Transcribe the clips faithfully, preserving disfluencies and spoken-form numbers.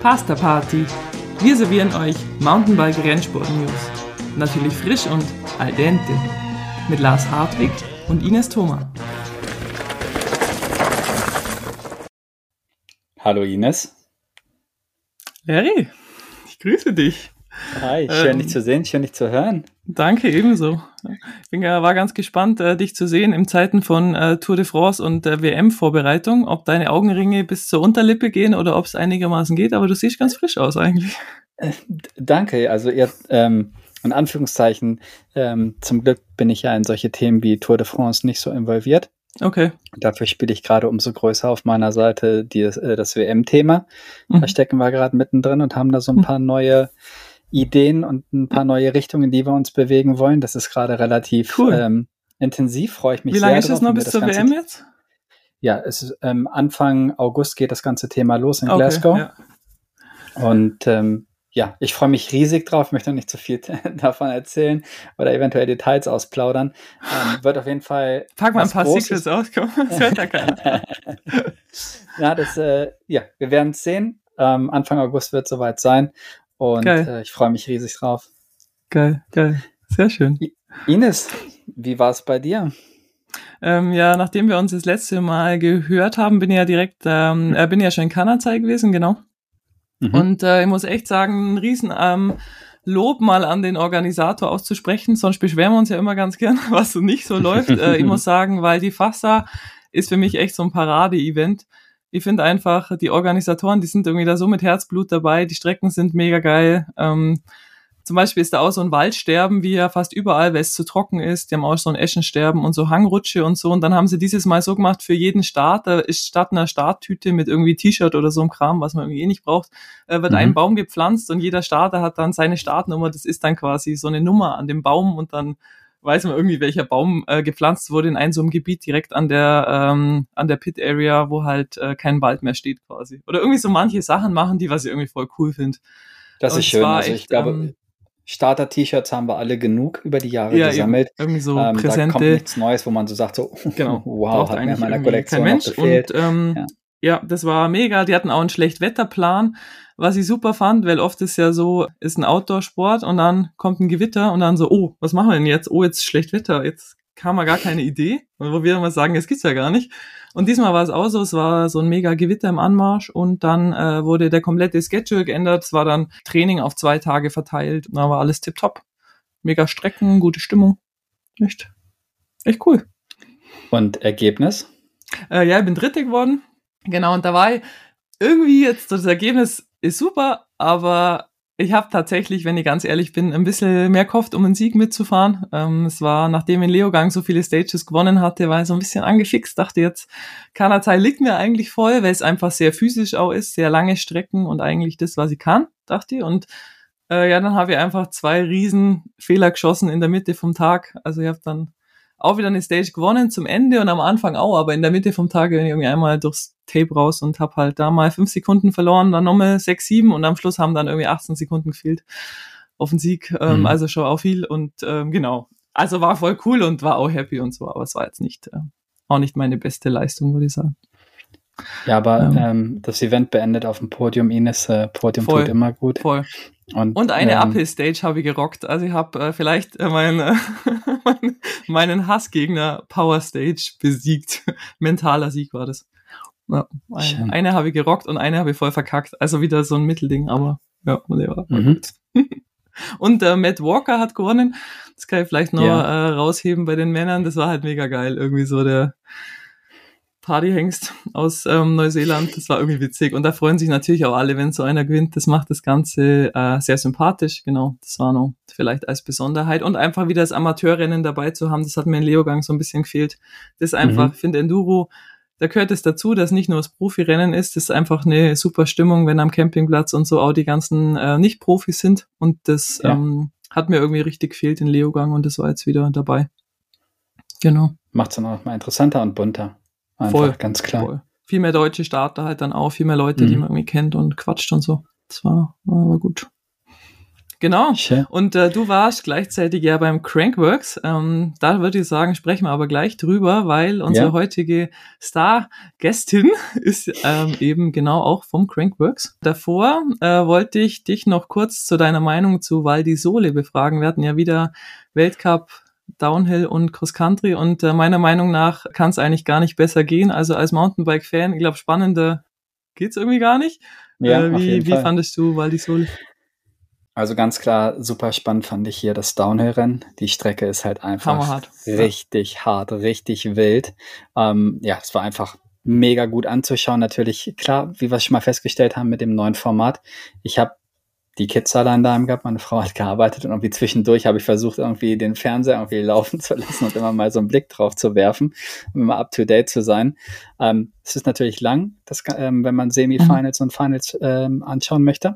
Pasta Party. Wir servieren euch Mountainbike-Rennsport-News. Natürlich frisch und al dente. Mit Lars Hartwig und Ines Thoma. Hallo Ines. Larry, ich grüße dich. Hi, schön ähm, dich zu sehen, schön dich zu hören. Danke, ebenso. Ich bin, war ganz gespannt, äh, dich zu sehen in Zeiten von äh, Tour de France und äh, W M-Vorbereitung, ob deine Augenringe bis zur Unterlippe gehen oder ob es einigermaßen geht, aber du siehst ganz frisch aus eigentlich. Äh, danke, also ihr, ähm, in Anführungszeichen, ähm, zum Glück bin ich ja in solche Themen wie Tour de France nicht so involviert. Okay. Dafür spiele ich gerade umso größer auf meiner Seite die, äh, das W M-Thema. Mhm. Da stecken wir gerade mittendrin und haben da so ein paar mhm. neue Ideen und ein paar neue Richtungen, in die wir uns bewegen wollen. Das ist gerade relativ cool. ähm, intensiv, freue ich mich sehr. Wie lange sehr ist es noch bis zur W M jetzt? Ja, es ist, ähm, Anfang August geht das ganze Thema los in okay, Glasgow. Ja. Und ähm, ja, ich freue mich riesig drauf, möchte noch nicht zu viel davon erzählen oder eventuell Details ausplaudern. Ähm, wird auf jeden Fall. Pack mal ein paar Großes. Secrets aus, komm, das hört ja keiner. Na, das, äh, ja, wir werden es sehen. Ähm, Anfang August wird es soweit sein. Und äh, ich freue mich riesig drauf. Geil, geil. Sehr schön. I- Ines, wie war es bei dir? Ähm, ja, nachdem wir uns das letzte Mal gehört haben, bin ich ja direkt, ähm, äh, bin ich ja schon in Kanazai gewesen, genau. Mhm. Und äh, ich muss echt sagen, ein riesen ähm, Lob mal an den Organisator auszusprechen, sonst beschweren wir uns ja immer ganz gern, was so nicht so läuft. äh, ich muss sagen, weil die Fassa ist für mich echt so ein Parade-Event. Ich finde einfach, die Organisatoren, die sind irgendwie da so mit Herzblut dabei, die Strecken sind mega geil. Ähm, zum Beispiel ist da auch so ein Waldsterben, wie ja fast überall, weil es zu trocken ist. Die haben auch so ein Eschensterben und so Hangrutsche und so. Und dann haben sie dieses Mal so gemacht, für jeden Start, da ist statt einer Starttüte mit irgendwie T-Shirt oder so einem Kram, was man irgendwie eh nicht braucht, äh, wird mhm. ein Baum gepflanzt und jeder Starter hat dann seine Startnummer. Das ist dann quasi so eine Nummer an dem Baum und dann weiß man irgendwie, welcher Baum äh, gepflanzt wurde in einem so einem Gebiet direkt an der ähm, an der Pit-Area, wo halt äh, kein Wald mehr steht quasi. Oder irgendwie so manche Sachen machen, die, was ich irgendwie voll cool finde. Das ist schön. Also echt, ich glaube, ähm, Starter-T-Shirts haben wir alle genug über die Jahre ja, gesammelt. Eben, irgendwie so ähm, Präsente. Da kommt nichts Neues, wo man so sagt, so genau, wow, hat mir in meiner Kollektion kein Mensch. noch gefehlt. Und ähm, ja. ja, das war mega. Die hatten auch einen Schlechtwetterplan, was ich super fand, weil oft ist ja so, ist ein Outdoor-Sport und dann kommt ein Gewitter und dann so, oh, was machen wir denn jetzt? Oh, jetzt ist schlecht Wetter, jetzt kam mal gar keine Idee. Und wo wir immer sagen, das gibt's ja gar nicht. Und diesmal war es auch so, es war so ein mega Gewitter im Anmarsch und dann äh, wurde der komplette Schedule geändert. Es war dann Training auf zwei Tage verteilt und da war alles tipptopp. Mega Strecken, gute Stimmung. Echt, echt cool. Und Ergebnis? Äh, ja, ich bin Dritte geworden. Genau, und da war ich irgendwie jetzt, das Ergebnis ist super, aber ich habe tatsächlich, wenn ich ganz ehrlich bin, ein bisschen mehr gehofft, um einen Sieg mitzufahren. Ähm, es war, nachdem ich in Leogang so viele Stages gewonnen hatte, war ich so ein bisschen angefixt, dachte jetzt, Kanazai liegt mir eigentlich voll, weil es einfach sehr physisch auch ist, sehr lange Strecken und eigentlich das, was ich kann, dachte ich. Und äh, ja, dann habe ich einfach zwei riesen Fehler geschossen in der Mitte vom Tag. Also ich habe dann auch wieder eine Stage gewonnen zum Ende und am Anfang auch, aber in der Mitte vom Tag bin ich irgendwie einmal durchs Tape raus und habe halt da mal fünf Sekunden verloren, dann nochmal sechs, sieben und am Schluss haben dann irgendwie achtzehn Sekunden gefehlt auf den Sieg, ähm, mhm. also schon auch viel und ähm, genau, also war voll cool und war auch happy und so, aber es war jetzt nicht, äh, auch nicht meine beste Leistung, würde ich sagen. Ja, aber ähm, ähm, das Event beendet auf dem Podium, Ines, äh, Podium voll, tut immer gut. Voll. Und, und eine ähm, Uphill-Stage habe ich gerockt. Also ich habe äh, vielleicht äh, mein, äh, meinen Hassgegner Power Stage besiegt. Mentaler Sieg war das. Ja, ein, eine habe ich gerockt und eine habe ich voll verkackt. Also wieder so ein Mittelding, aber ja, der war, war mhm. gut. Und äh, Matt Walker hat gewonnen. Das kann ich vielleicht noch ja. äh, rausheben bei den Männern. Das war halt mega geil. Irgendwie so der Partyhengst aus ähm, Neuseeland, das war irgendwie witzig und da freuen sich natürlich auch alle, wenn so einer gewinnt, das macht das Ganze äh, sehr sympathisch, genau, das war noch vielleicht als Besonderheit und einfach wieder das Amateurrennen dabei zu haben, das hat mir in Leogang so ein bisschen gefehlt, das ist einfach, mhm. ich finde Enduro, da gehört es dazu, dass nicht nur das Profirennen ist, das ist einfach eine super Stimmung, wenn am Campingplatz und so auch die ganzen äh, Nicht-Profis sind und das ja. ähm, hat mir irgendwie richtig gefehlt in Leogang und das war jetzt wieder dabei, genau. Macht's dann auch mal interessanter und bunter. Einfach, voll, ganz klar. Voll. Viel mehr deutsche Starter halt dann auch, viel mehr Leute, mhm. die man irgendwie kennt und quatscht und so. Das war, war, war gut. Genau. Schön. Und äh, du warst gleichzeitig ja beim Crankworx. Ähm, da würde ich sagen, sprechen wir aber gleich drüber, weil unsere Ja. heutige Star-Gästin ist ähm, eben genau auch vom Crankworx. Davor äh, wollte ich dich noch kurz zu deiner Meinung zu Val di Sole befragen. Wir hatten ja wieder Weltcup, Downhill und Cross Country und äh, meiner Meinung nach kann es eigentlich gar nicht besser gehen. Also als Mountainbike-Fan, ich glaube, spannender geht's irgendwie gar nicht. Ja, äh, auf wie jeden wie Fall. fandest du Val di Sole? Also ganz klar, super spannend fand ich hier das Downhill-Rennen. Die Strecke ist halt einfach Hammerhart. richtig ja. hart, richtig wild. Ähm, ja, es war einfach mega gut anzuschauen. Natürlich, klar, wie wir schon mal festgestellt haben mit dem neuen Format. Ich habe die Kids alle an daheim gehabt, meine Frau hat gearbeitet und irgendwie zwischendurch habe ich versucht, irgendwie den Fernseher irgendwie laufen zu lassen und immer mal so einen Blick drauf zu werfen, um immer up to date zu sein. Ähm, es ist natürlich lang, das, ähm, wenn man Semifinals mhm. und Finals ähm, anschauen möchte.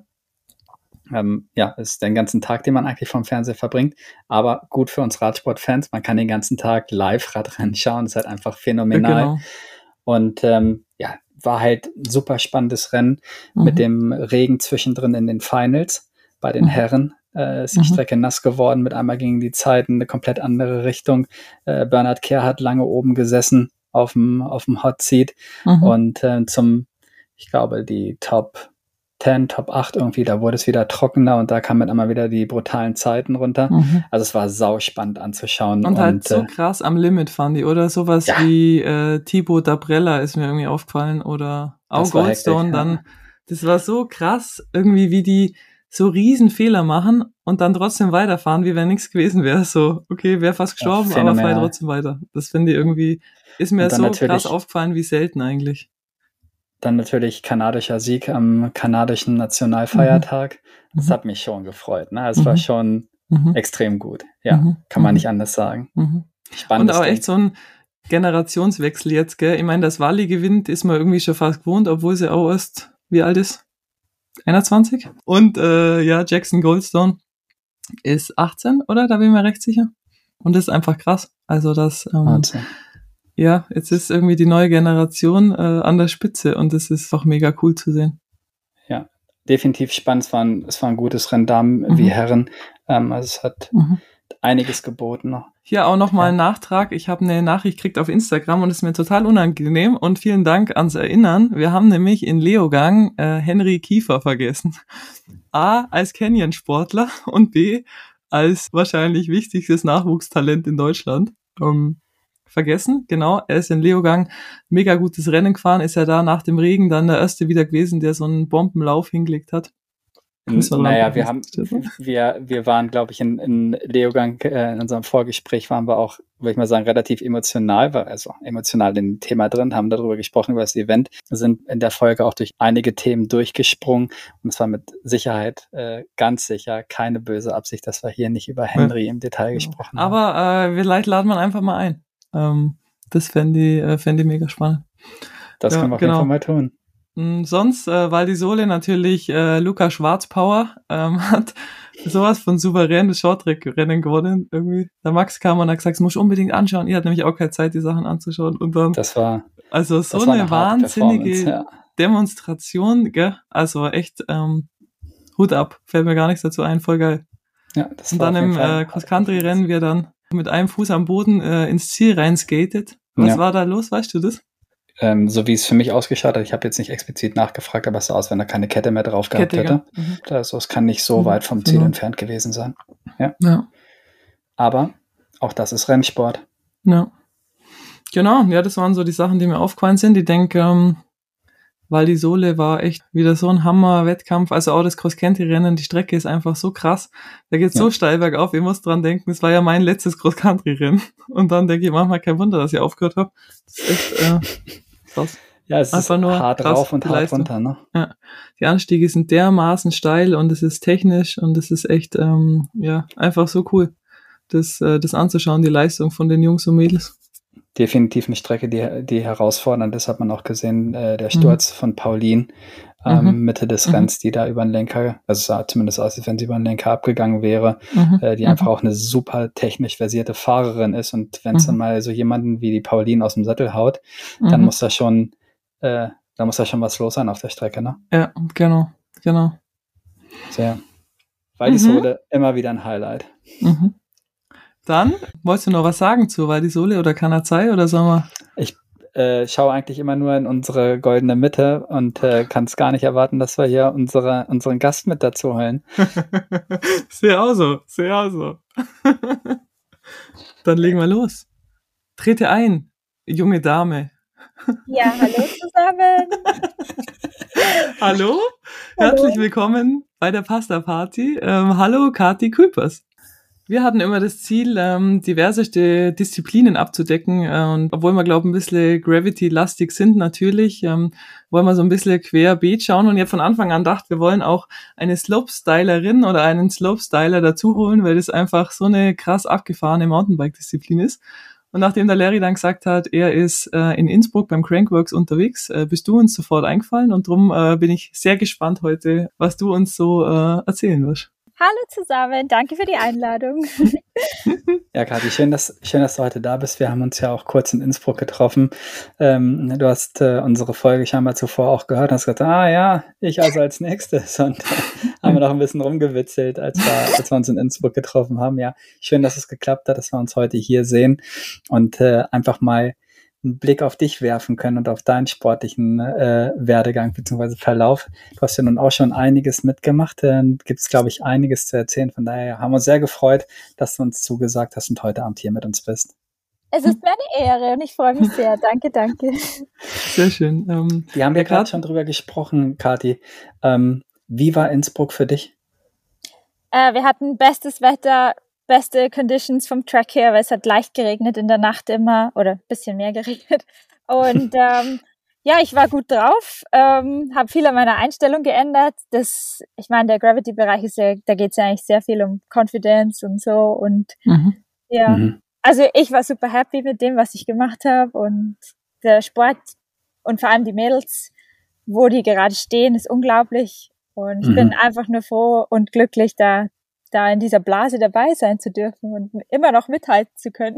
Ähm, ja, es ist den ganzen Tag, den man eigentlich vom Fernseher verbringt, aber gut für uns Radsportfans, man kann den ganzen Tag live Radrennen schauen, das ist halt einfach phänomenal. Ja, genau. Und ähm, ja, war halt ein super spannendes Rennen mhm. mit dem Regen zwischendrin in den Finals. Bei den mhm. Herren äh, ist die mhm. Strecke nass geworden, mit einmal gingen die Zeiten eine komplett andere Richtung. Äh, Bernhard Kehr hat lange oben gesessen auf dem auf dem Hot Seat mhm. und äh, zum, ich glaube, die Top zehn, Top acht irgendwie, da wurde es wieder trockener und da kamen mit einmal wieder die brutalen Zeiten runter. Mhm. Also es war sauspannend anzuschauen. Und, und halt so äh, krass am Limit fand ich, oder? Sowas ja. wie äh, Thibaut Dabrella ist mir irgendwie aufgefallen oder auch Goldstone. Dann, ja. Das war so krass, irgendwie wie die so riesen Fehler machen und dann trotzdem weiterfahren, wie wenn nichts gewesen wäre. So, okay, wäre fast gestorben, ja, aber fahr trotzdem weiter. Das finde ich irgendwie, ist mir so krass aufgefallen wie selten eigentlich. Dann natürlich kanadischer Sieg am kanadischen Nationalfeiertag. Mhm. Das hat mich schon gefreut. Ne? Es mhm. war schon mhm. extrem gut. Ja, mhm. kann man nicht anders sagen. Mhm. Spannendes Und auch Ding. Echt so ein Generationswechsel jetzt, gell? Ich meine, dass Wally gewinnt, ist man irgendwie schon fast gewohnt, obwohl sie auch erst, wie alt ist? einundzwanzig? Und äh, ja, Jackson Goldstone ist achtzehn, oder? Da bin ich mir recht sicher. Und das ist einfach krass. Also das... Ähm, Ja, jetzt ist irgendwie die neue Generation äh, an der Spitze und das ist doch mega cool zu sehen. Ja, definitiv spannend. Es war ein, es war ein gutes Rennen, Damen mhm. wie Herren. Ähm, also es hat mhm. einiges geboten noch. Hier auch nochmal ja. ein Nachtrag. Ich habe eine Nachricht gekriegt auf Instagram und es ist mir total unangenehm und vielen Dank ans Erinnern. Wir haben nämlich in Leogang äh, Henry Kiefer vergessen. A, als Canyon-Sportler und B, als wahrscheinlich wichtigstes Nachwuchstalent in Deutschland. Ähm, vergessen, genau, er ist in Leogang mega gutes Rennen gefahren, ist ja da nach dem Regen dann der erste wieder gewesen, der so einen Bombenlauf hingelegt hat. Naja, wir haben, wir, wir waren, glaube ich, in, in Leogang, äh, in unserem Vorgespräch waren wir auch, würde ich mal sagen, relativ emotional, also emotional in dem Thema drin, haben darüber gesprochen, über das Event, sind in der Folge auch durch einige Themen durchgesprungen und es war mit Sicherheit, äh, ganz sicher, keine böse Absicht, dass wir hier nicht über Henry ja. im Detail gesprochen haben. Aber äh, vielleicht laden wir einfach mal ein. Ähm, das fände ich, äh, fänd ich mega spannend. Das ja, können wir auf genau. jeden Fall mal tun. Sonst, äh, Val di Sole natürlich, äh, Luca Schwarzpower ähm, hat sowas von souverän das Shorttrack-Rennen gewonnen. Irgendwie. Der Max kam und hat gesagt, das musst du unbedingt anschauen. Ihr habt nämlich auch keine Zeit, die Sachen anzuschauen. Und dann, das war, also so eine, eine wahnsinnige ja. Demonstration, gell? Also echt, ähm, Hut ab. Fällt mir gar nichts dazu ein, voll geil. Ja, das und war dann im äh, Cross-Country-Rennen wir dann mit einem Fuß am Boden äh, ins Ziel reinskatet. Was ja. war da los, weißt du das? Ähm, so wie es für mich ausgeschaut hat, ich habe jetzt nicht explizit nachgefragt, aber es sah aus, wenn er keine Kette mehr drauf gehabt Kette, hätte. Ja. Mhm. Also es kann nicht so mhm. weit vom Ziel genau. entfernt gewesen sein. Ja. ja. Aber auch das ist Rennsport. Ja. Genau, ja, das waren so die Sachen, die mir aufgefallen sind. Ich denke, ähm, Val di Sole war echt wieder so ein Hammer-Wettkampf. Also auch das Cross-Country-Rennen, die Strecke ist einfach so krass. Da geht's ja. so steil bergauf. Ich muss dran denken, es war ja mein letztes Cross-Country-Rennen. Und dann denke ich manchmal, kein Wunder, dass ich aufgehört habe. Das ist echt äh, krass. Ja, es einfach ist nur hart krass, rauf und hart Leistung. runter, ne? Ja, die Anstiege sind dermaßen steil und es ist technisch und es ist echt, ähm, ja, einfach so cool, das, äh, das anzuschauen, die Leistung von den Jungs und Mädels. Definitiv eine Strecke, die, die herausfordernd ist, hat man auch gesehen, äh, der Sturz mhm. von Pauline ähm, mhm. Mitte des Renns, die da über den Lenker, also es sah zumindest aus, als wenn sie über den Lenker abgegangen wäre, mhm. äh, die mhm. einfach auch eine super technisch versierte Fahrerin ist und wenn es mhm. dann mal so jemanden wie die Pauline aus dem Sattel haut, mhm. dann muss da schon, äh, da muss da schon was los sein auf der Strecke, ne? Ja, genau, genau. Sehr. weil die Sohle immer wieder ein Highlight. Mhm. Dann, wolltest du noch was sagen zu Val di Sole oder Kanazai oder sollen wir? Ich äh, schaue eigentlich immer nur in unsere goldene Mitte und äh, kann es gar nicht erwarten, dass wir hier unsere, unseren Gast mit dazu holen. Sehr auch so, sehr auch so. Dann legen wir los. Trete ein, junge Dame. Ja, hallo zusammen. Hallo, herzlich hallo. Willkommen bei der Pasta Party. Ähm, hallo, Kathi Küpers. Wir hatten immer das Ziel, ähm, diverseste Disziplinen abzudecken. Äh, und obwohl wir, glaube ich, ein bisschen Gravity-lastig sind natürlich, ähm, wollen wir so ein bisschen querbeet schauen. Und ich habe von Anfang an gedacht, wir wollen auch eine Slopestylerin oder einen Slopestyler dazu holen, weil das einfach so eine krass abgefahrene Mountainbike-Disziplin ist. Und nachdem der Larry dann gesagt hat, er ist äh, in Innsbruck beim Crankworx unterwegs, äh, bist du uns sofort eingefallen. Und darum äh, bin ich sehr gespannt heute, was du uns so äh, erzählen wirst. Hallo zusammen, danke für die Einladung. Ja, Kathi, schön, dass, schön, dass du heute da bist. Wir haben uns ja auch kurz in Innsbruck getroffen. Ähm, du hast äh, unsere Folge scheinbar zuvor auch gehört und hast gesagt, ah ja, ich also als Nächstes. Und äh, haben wir noch ein bisschen rumgewitzelt, als wir, als wir uns in Innsbruck getroffen haben. Ja, schön, dass es geklappt hat, dass wir uns heute hier sehen und äh, einfach mal einen Blick auf dich werfen können und auf deinen sportlichen äh, Werdegang bzw. Verlauf. Du hast ja nun auch schon einiges mitgemacht. Äh, gibt es, glaube ich, einiges zu erzählen. Von daher haben wir uns sehr gefreut, dass du uns zugesagt hast und heute Abend hier mit uns bist. Es ist mir eine Ehre und ich freue mich sehr. Danke, danke. Sehr schön. Ähm, wir haben ja gerade schon drüber gesprochen, Kathi. Ähm, wie war Innsbruck für dich? Äh, wir hatten bestes Wetter, beste Conditions vom Track her, weil es hat leicht geregnet in der Nacht immer oder ein bisschen mehr geregnet. Und ähm, ja, ich war gut drauf, ähm, habe viel an meiner Einstellung geändert. Das, ich meine, der Gravity-Bereich ist ja, da geht es ja eigentlich sehr viel um Confidence und so. Und mhm. ja, mhm. also ich war super happy mit dem, was ich gemacht habe. Und der Sport und vor allem die Mädels, wo die gerade stehen, ist unglaublich. Und ich mhm. bin einfach nur froh und glücklich, da da in dieser Blase dabei sein zu dürfen und immer noch mithalten zu können.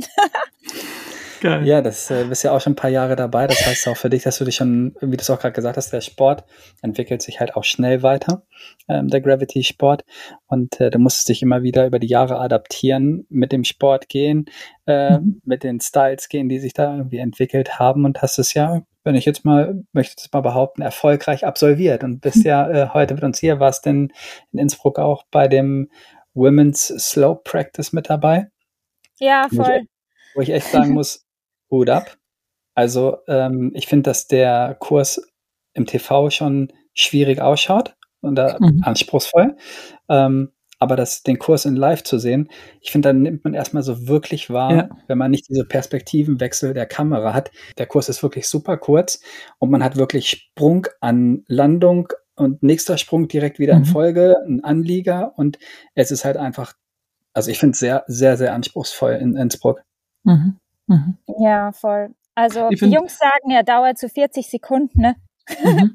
Geil. Ja, das äh, bist ja auch schon ein paar Jahre dabei. Das heißt auch für dich, dass du dich schon, wie du es auch gerade gesagt hast, der Sport entwickelt sich halt auch schnell weiter, ähm, der Gravity-Sport. Und äh, du musstest dich immer wieder über die Jahre adaptieren, mit dem Sport gehen, äh, mhm. mit den Styles gehen, die sich da irgendwie entwickelt haben und hast es ja, wenn ich jetzt mal, möchte das mal behaupten, erfolgreich absolviert und bist ja äh, heute mit uns hier. Warst denn in Innsbruck auch bei dem Women's Slope Practice mit dabei? Ja, voll. Wo ich, wo ich echt sagen muss, Hut ab. Also ähm, ich finde, dass der Kurs im T V schon schwierig ausschaut und da mhm. anspruchsvoll. Ähm, aber das, den Kurs in Live zu sehen, ich finde, dann nimmt man erstmal so wirklich wahr, ja. wenn man nicht diese Perspektivenwechsel der Kamera hat. Der Kurs ist wirklich super kurz und man hat wirklich Sprung an Landung und nächster Sprung direkt wieder mhm. in Folge, ein Anlieger und es ist halt einfach, also ich finde es sehr, sehr, sehr anspruchsvoll in Innsbruck. Mhm. Mhm. Ja, voll. Also ich die Jungs sagen, er dauert so vierzig Sekunden, ne? Mhm.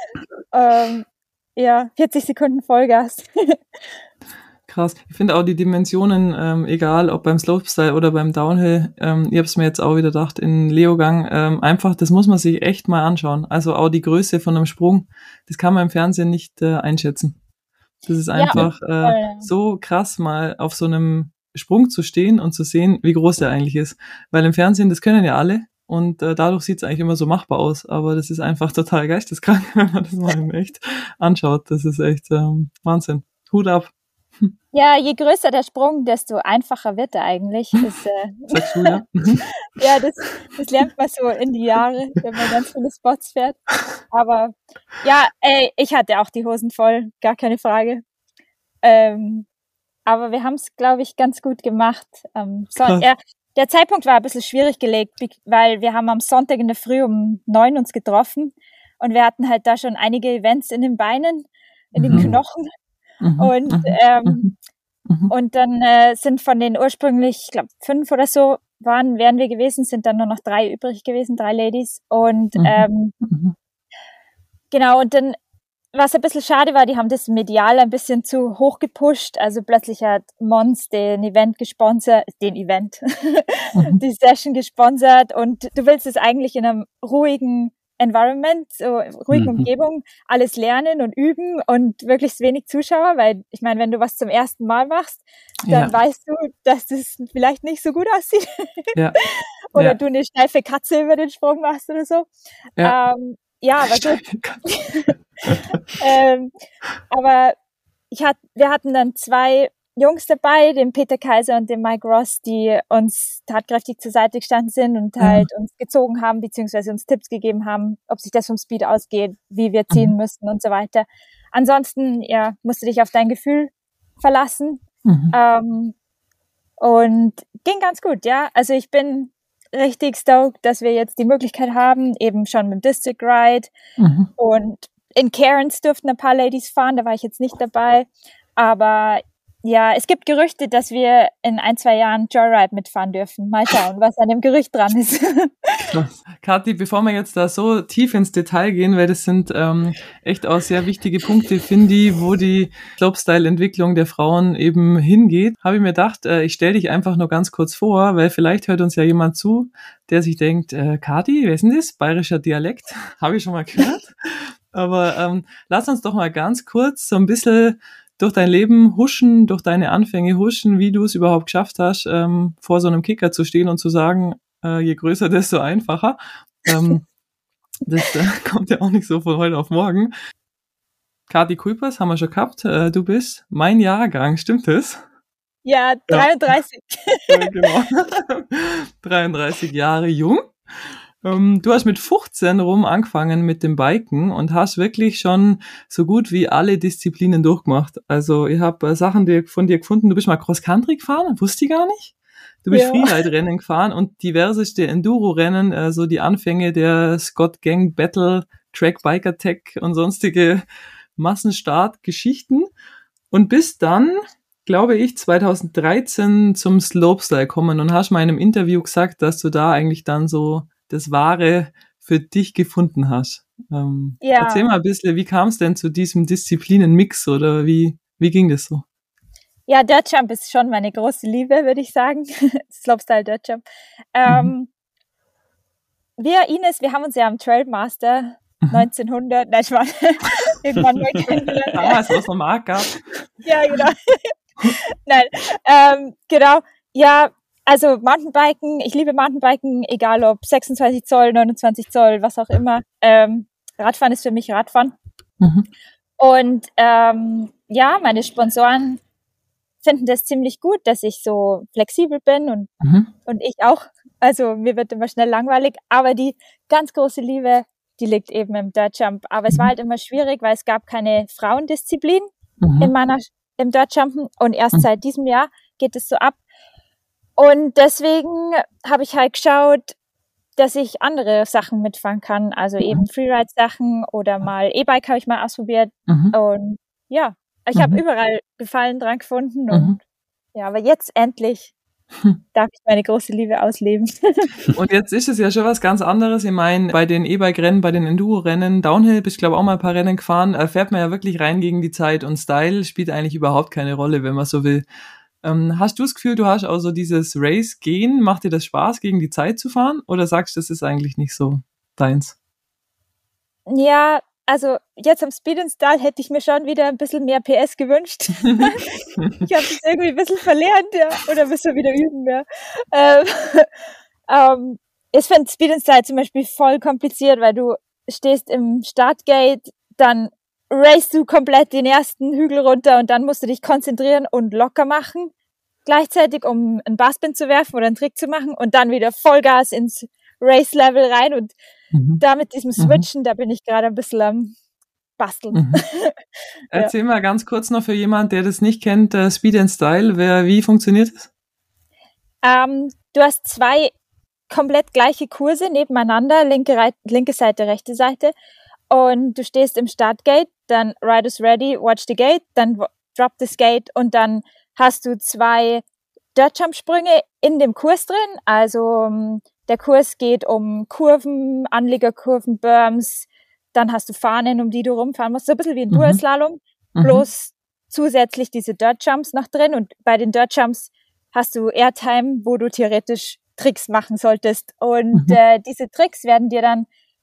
ähm, ja, vierzig Sekunden Vollgas. Krass. Ich finde auch die Dimensionen, ähm, egal ob beim Slopestyle oder beim Downhill, ähm, ich habe es mir jetzt auch wieder gedacht, in Leogang, ähm, einfach, das muss man sich echt mal anschauen. Also auch die Größe von einem Sprung, das kann man im Fernsehen nicht äh, einschätzen. Das ist einfach ja, äh, so krass, mal auf so einem Sprung zu stehen und zu sehen, wie groß der eigentlich ist. Weil im Fernsehen, das können ja alle und äh, dadurch sieht es eigentlich immer so machbar aus. Aber das ist einfach total geisteskrank, wenn man das mal echt anschaut. Das ist echt ähm, Wahnsinn. Hut ab. Ja, je größer der Sprung, desto einfacher wird er eigentlich. Das, äh Sagst du, ja? ja, das, das lernt man so in die Jahre, wenn man ganz viele Spots fährt. Aber ja, ey, ich hatte auch die Hosen voll, gar keine Frage. Ähm, aber wir haben es, glaube ich, ganz gut gemacht. Ähm, so, ja, der Zeitpunkt war ein bisschen schwierig gelegt, weil wir haben am Sonntag in der Früh um neun uns getroffen und wir hatten halt da schon einige Events in den Beinen, in den mhm. Knochen. Mhm, und ähm, mhm, und dann äh, sind von den ursprünglich, ich glaube fünf oder so waren, wären wir gewesen, sind dann nur noch drei übrig gewesen, drei Ladies. Und mhm, ähm, mhm. genau, und dann, was ein bisschen schade war, die haben das medial ein bisschen zu hoch gepusht. Also plötzlich hat Mons den Event gesponsert, den Event, mhm. die Session gesponsert und du willst es eigentlich in einem ruhigen Environment, so ruhige Mhm. Umgebung, alles lernen und üben und möglichst wenig Zuschauer, weil ich meine, wenn du was zum ersten Mal machst, dann Ja, weißt du, dass das vielleicht nicht so gut aussieht ja, oder ja, du eine steife Katze über den Sprung machst oder so. ja. Ähm, ja, aber gut. ähm, aber ich hat, wir hatten dann zwei Jungs dabei, den Peter Kaiser und den Mike Ross, die uns tatkräftig zur Seite gestanden sind und halt uns gezogen haben, beziehungsweise uns Tipps gegeben haben, ob sich das vom Speed ausgeht, wie wir ziehen Mhm. müssen und so weiter. Ansonsten, ja, musst du dich auf dein Gefühl verlassen. Mhm. Ähm, und ging ganz gut, ja. Also ich bin richtig stoked, dass wir jetzt die Möglichkeit haben, eben schon mit dem District Ride Mhm. und in Cairns durften ein paar Ladies fahren, da war ich jetzt nicht dabei. Aber ja, es gibt Gerüchte, dass wir in ein, zwei Jahren Joyride mitfahren dürfen. Mal schauen, was an dem Gerücht dran ist. Krass. Kathi, bevor wir jetzt da so tief ins Detail gehen, weil das sind ähm, echt auch sehr wichtige Punkte, finde ich, wo die Slopestyle-Entwicklung der Frauen eben hingeht, habe ich mir gedacht, äh, ich stelle dich einfach nur ganz kurz vor, weil vielleicht hört uns ja jemand zu, der sich denkt, äh, Kathi, wer ist denn das? Bayerischer Dialekt? Habe ich schon mal gehört. Aber ähm, lass uns doch mal ganz kurz so ein bisschen durch dein Leben huschen, durch deine Anfänge huschen, wie du es überhaupt geschafft hast, ähm, vor so einem Kicker zu stehen und zu sagen, äh, je größer, desto einfacher. Ähm, das äh, kommt ja auch nicht so von heute auf morgen. Kathi Kuipers haben wir schon gehabt. Äh, du bist mein Jahrgang, stimmt das? Ja, Ja. dreiunddreißig. Ja, genau. dreiunddreißig Jahre jung. Ähm, du hast mit fünfzehn rum angefangen mit dem Biken und hast wirklich schon so gut wie alle Disziplinen durchgemacht. Also ich habe äh, Sachen die, von dir gefunden. Du bist mal Cross-Country gefahren, wusste ich gar nicht. Du bist Ja. Freeride-Rennen gefahren und diverseste Enduro-Rennen, äh, so die Anfänge der Scott Gang Battle, Track Biker Tech und sonstige Massenstart-Geschichten. Und bis dann, glaube ich, zweitausenddreizehn zum Slopestyle kommen und hast mal in einem Interview gesagt, dass du da eigentlich dann so das Wahre für dich gefunden hast. Ähm, Ja. Erzähl mal ein bisschen, wie kam es denn zu diesem Disziplinenmix oder wie, wie ging das so? Ja, Dirt Jump ist schon meine große Liebe, würde ich sagen. Slopestyle Dirt Jump. Ähm, mhm. Wir, Ines, wir haben uns ja am Trailmaster mhm. neunzehnhundert, nein, ich war irgendwann mal kennengelernt. Damals, was noch Markt gab. Ja, genau. Nein, ähm, genau. Ja, also Mountainbiken, ich liebe Mountainbiken, egal ob sechsundzwanzig Zoll, neunundzwanzig Zoll, was auch immer. Ähm, Radfahren ist für mich Radfahren. Mhm. Und ähm, ja, meine Sponsoren finden das ziemlich gut, dass ich so flexibel bin und, mhm. und ich auch. Also mir wird immer schnell langweilig, aber die ganz große Liebe, die liegt eben im Dirt Jump. Aber mhm. es war halt immer schwierig, weil es gab keine Frauendisziplin mhm. in meiner, im Dirt Jumpen und erst mhm. seit diesem Jahr geht es so ab. Und deswegen habe ich halt geschaut, dass ich andere Sachen mitfahren kann, also mhm. eben Freeride-Sachen oder mal E-Bike habe ich mal ausprobiert mhm. und ja, ich habe mhm. überall Gefallen dran gefunden und mhm. ja, aber jetzt endlich darf ich meine große Liebe ausleben. Und jetzt ist es ja schon was ganz anderes. Ich meine, bei den E-Bike-Rennen, bei den Enduro-Rennen, Downhill, bist glaube auch mal ein paar Rennen gefahren, fährt man ja wirklich rein gegen die Zeit und Style spielt eigentlich überhaupt keine Rolle, wenn man so will. Ähm, hast du das Gefühl, du hast auch so dieses Race-Gehen? Macht dir das Spaß, gegen die Zeit zu fahren? Oder sagst du, das ist eigentlich nicht so deins? Ja, also jetzt am Speed and Style hätte ich mir schon wieder ein bisschen mehr P S gewünscht. Ich habe es irgendwie ein bisschen verlernt, ja, oder müssen wir wieder üben, ja. Ähm, ähm, ich finde Speed and Style zum Beispiel voll kompliziert, weil du stehst im Startgate, dann racest du komplett den ersten Hügel runter und dann musst du dich konzentrieren und locker machen, gleichzeitig, um einen Barspin zu werfen oder einen Trick zu machen und dann wieder Vollgas ins Race-Level rein und mhm. da mit diesem Switchen, mhm. da bin ich gerade ein bisschen am Basteln. Mhm. Erzähl ja. mal ganz kurz noch für jemanden, der das nicht kennt, uh, Speed and Style, wer, wie funktioniert es? Ähm, du hast zwei komplett gleiche Kurse nebeneinander, linke, Reit- linke Seite, rechte Seite und du stehst im Startgate, dann Riders ready, watch the gate, dann drop the skate und dann hast du zwei Dirt-Jump-Sprünge in dem Kurs drin, also der Kurs geht um Kurven, Anliegerkurven, Berms, dann hast du Fahnen, um die du rumfahren musst, so ein bisschen wie ein mhm. Dual-Slalom, mhm. bloß zusätzlich diese Dirt-Jumps noch drin und bei den Dirt-Jumps hast du Airtime, wo du theoretisch Tricks machen solltest und mhm. äh, diese Tricks werden dir dann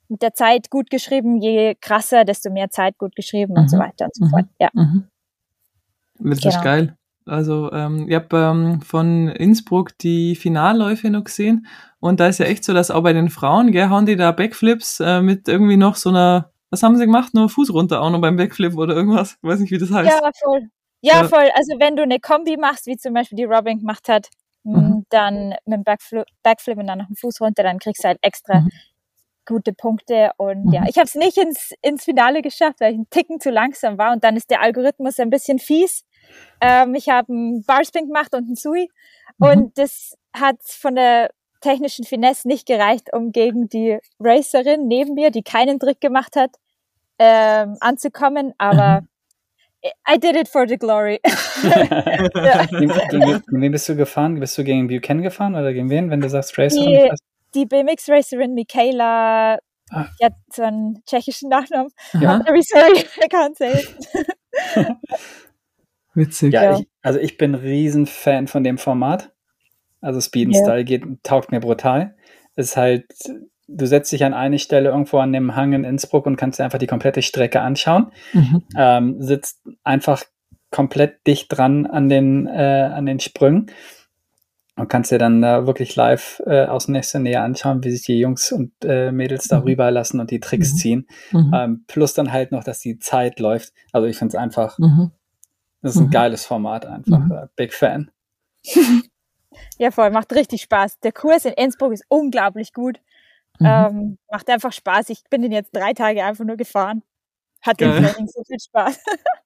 mit der Zeit gut geschrieben, je krasser, desto mehr Zeit gut geschrieben mhm. und so weiter und so mhm. fort. Ja. Mhm. Das genau. ist geil. Also ähm, ich habe ähm, von Innsbruck die Finalläufe noch gesehen und da ist ja echt so, dass auch bei den Frauen, gell, hauen die da Backflips äh, mit irgendwie noch so einer, was haben sie gemacht, nur Fuß runter auch noch beim Backflip oder irgendwas, ich weiß nicht, wie das heißt. Ja, voll. Ja, ja. voll. Also wenn du eine Kombi machst, wie zum Beispiel die Robin gemacht hat, mhm. dann mit dem Backflip, Backflip und dann noch einen Fuß runter, dann kriegst du halt extra mhm. gute Punkte und mhm. ja, ich habe es nicht ins, ins Finale geschafft, weil ich einen Ticken zu langsam war und dann ist der Algorithmus ein bisschen fies. Ähm, ich habe einen Barspin gemacht und einen Sui mhm. und das hat von der technischen Finesse nicht gereicht, um gegen die Racerin neben mir, die keinen Trick gemacht hat, ähm, anzukommen, aber mhm. I did it for the glory. ja. gegen, gegen, gegen wen bist du gefahren? Bist du gegen Buchanan gefahren oder gegen wen, wenn du sagst Racerin? Die, die B M X-Racerin Michaela, ah. die hat so einen tschechischen Nachnamen. Ja. I'm sorry, I can't say it. Witzig. Ja, ich, also ich bin ein Riesenfan von dem Format. Also Speed and yeah. Style geht, taugt mir brutal. Es ist halt, du setzt dich an eine Stelle irgendwo an dem Hang in Innsbruck und kannst dir einfach die komplette Strecke anschauen. Mhm. Ähm, sitzt einfach komplett dicht dran an den, äh, an den Sprüngen und kannst dir dann äh, wirklich live äh, aus nächster Nähe anschauen, wie sich die Jungs und äh, Mädels da rüberlassen und die Tricks mhm. ziehen. Mhm. Ähm, plus dann halt noch, dass die Zeit läuft. Also ich finde es einfach, mhm. das ist ein mhm. geiles Format einfach. Mhm. Äh, Big Fan. Ja, voll, macht richtig Spaß. Der Kurs in Innsbruck ist unglaublich gut. Mhm. Ähm, macht einfach Spaß. Ich bin den jetzt drei Tage einfach nur gefahren. Hat im Training so viel Spaß.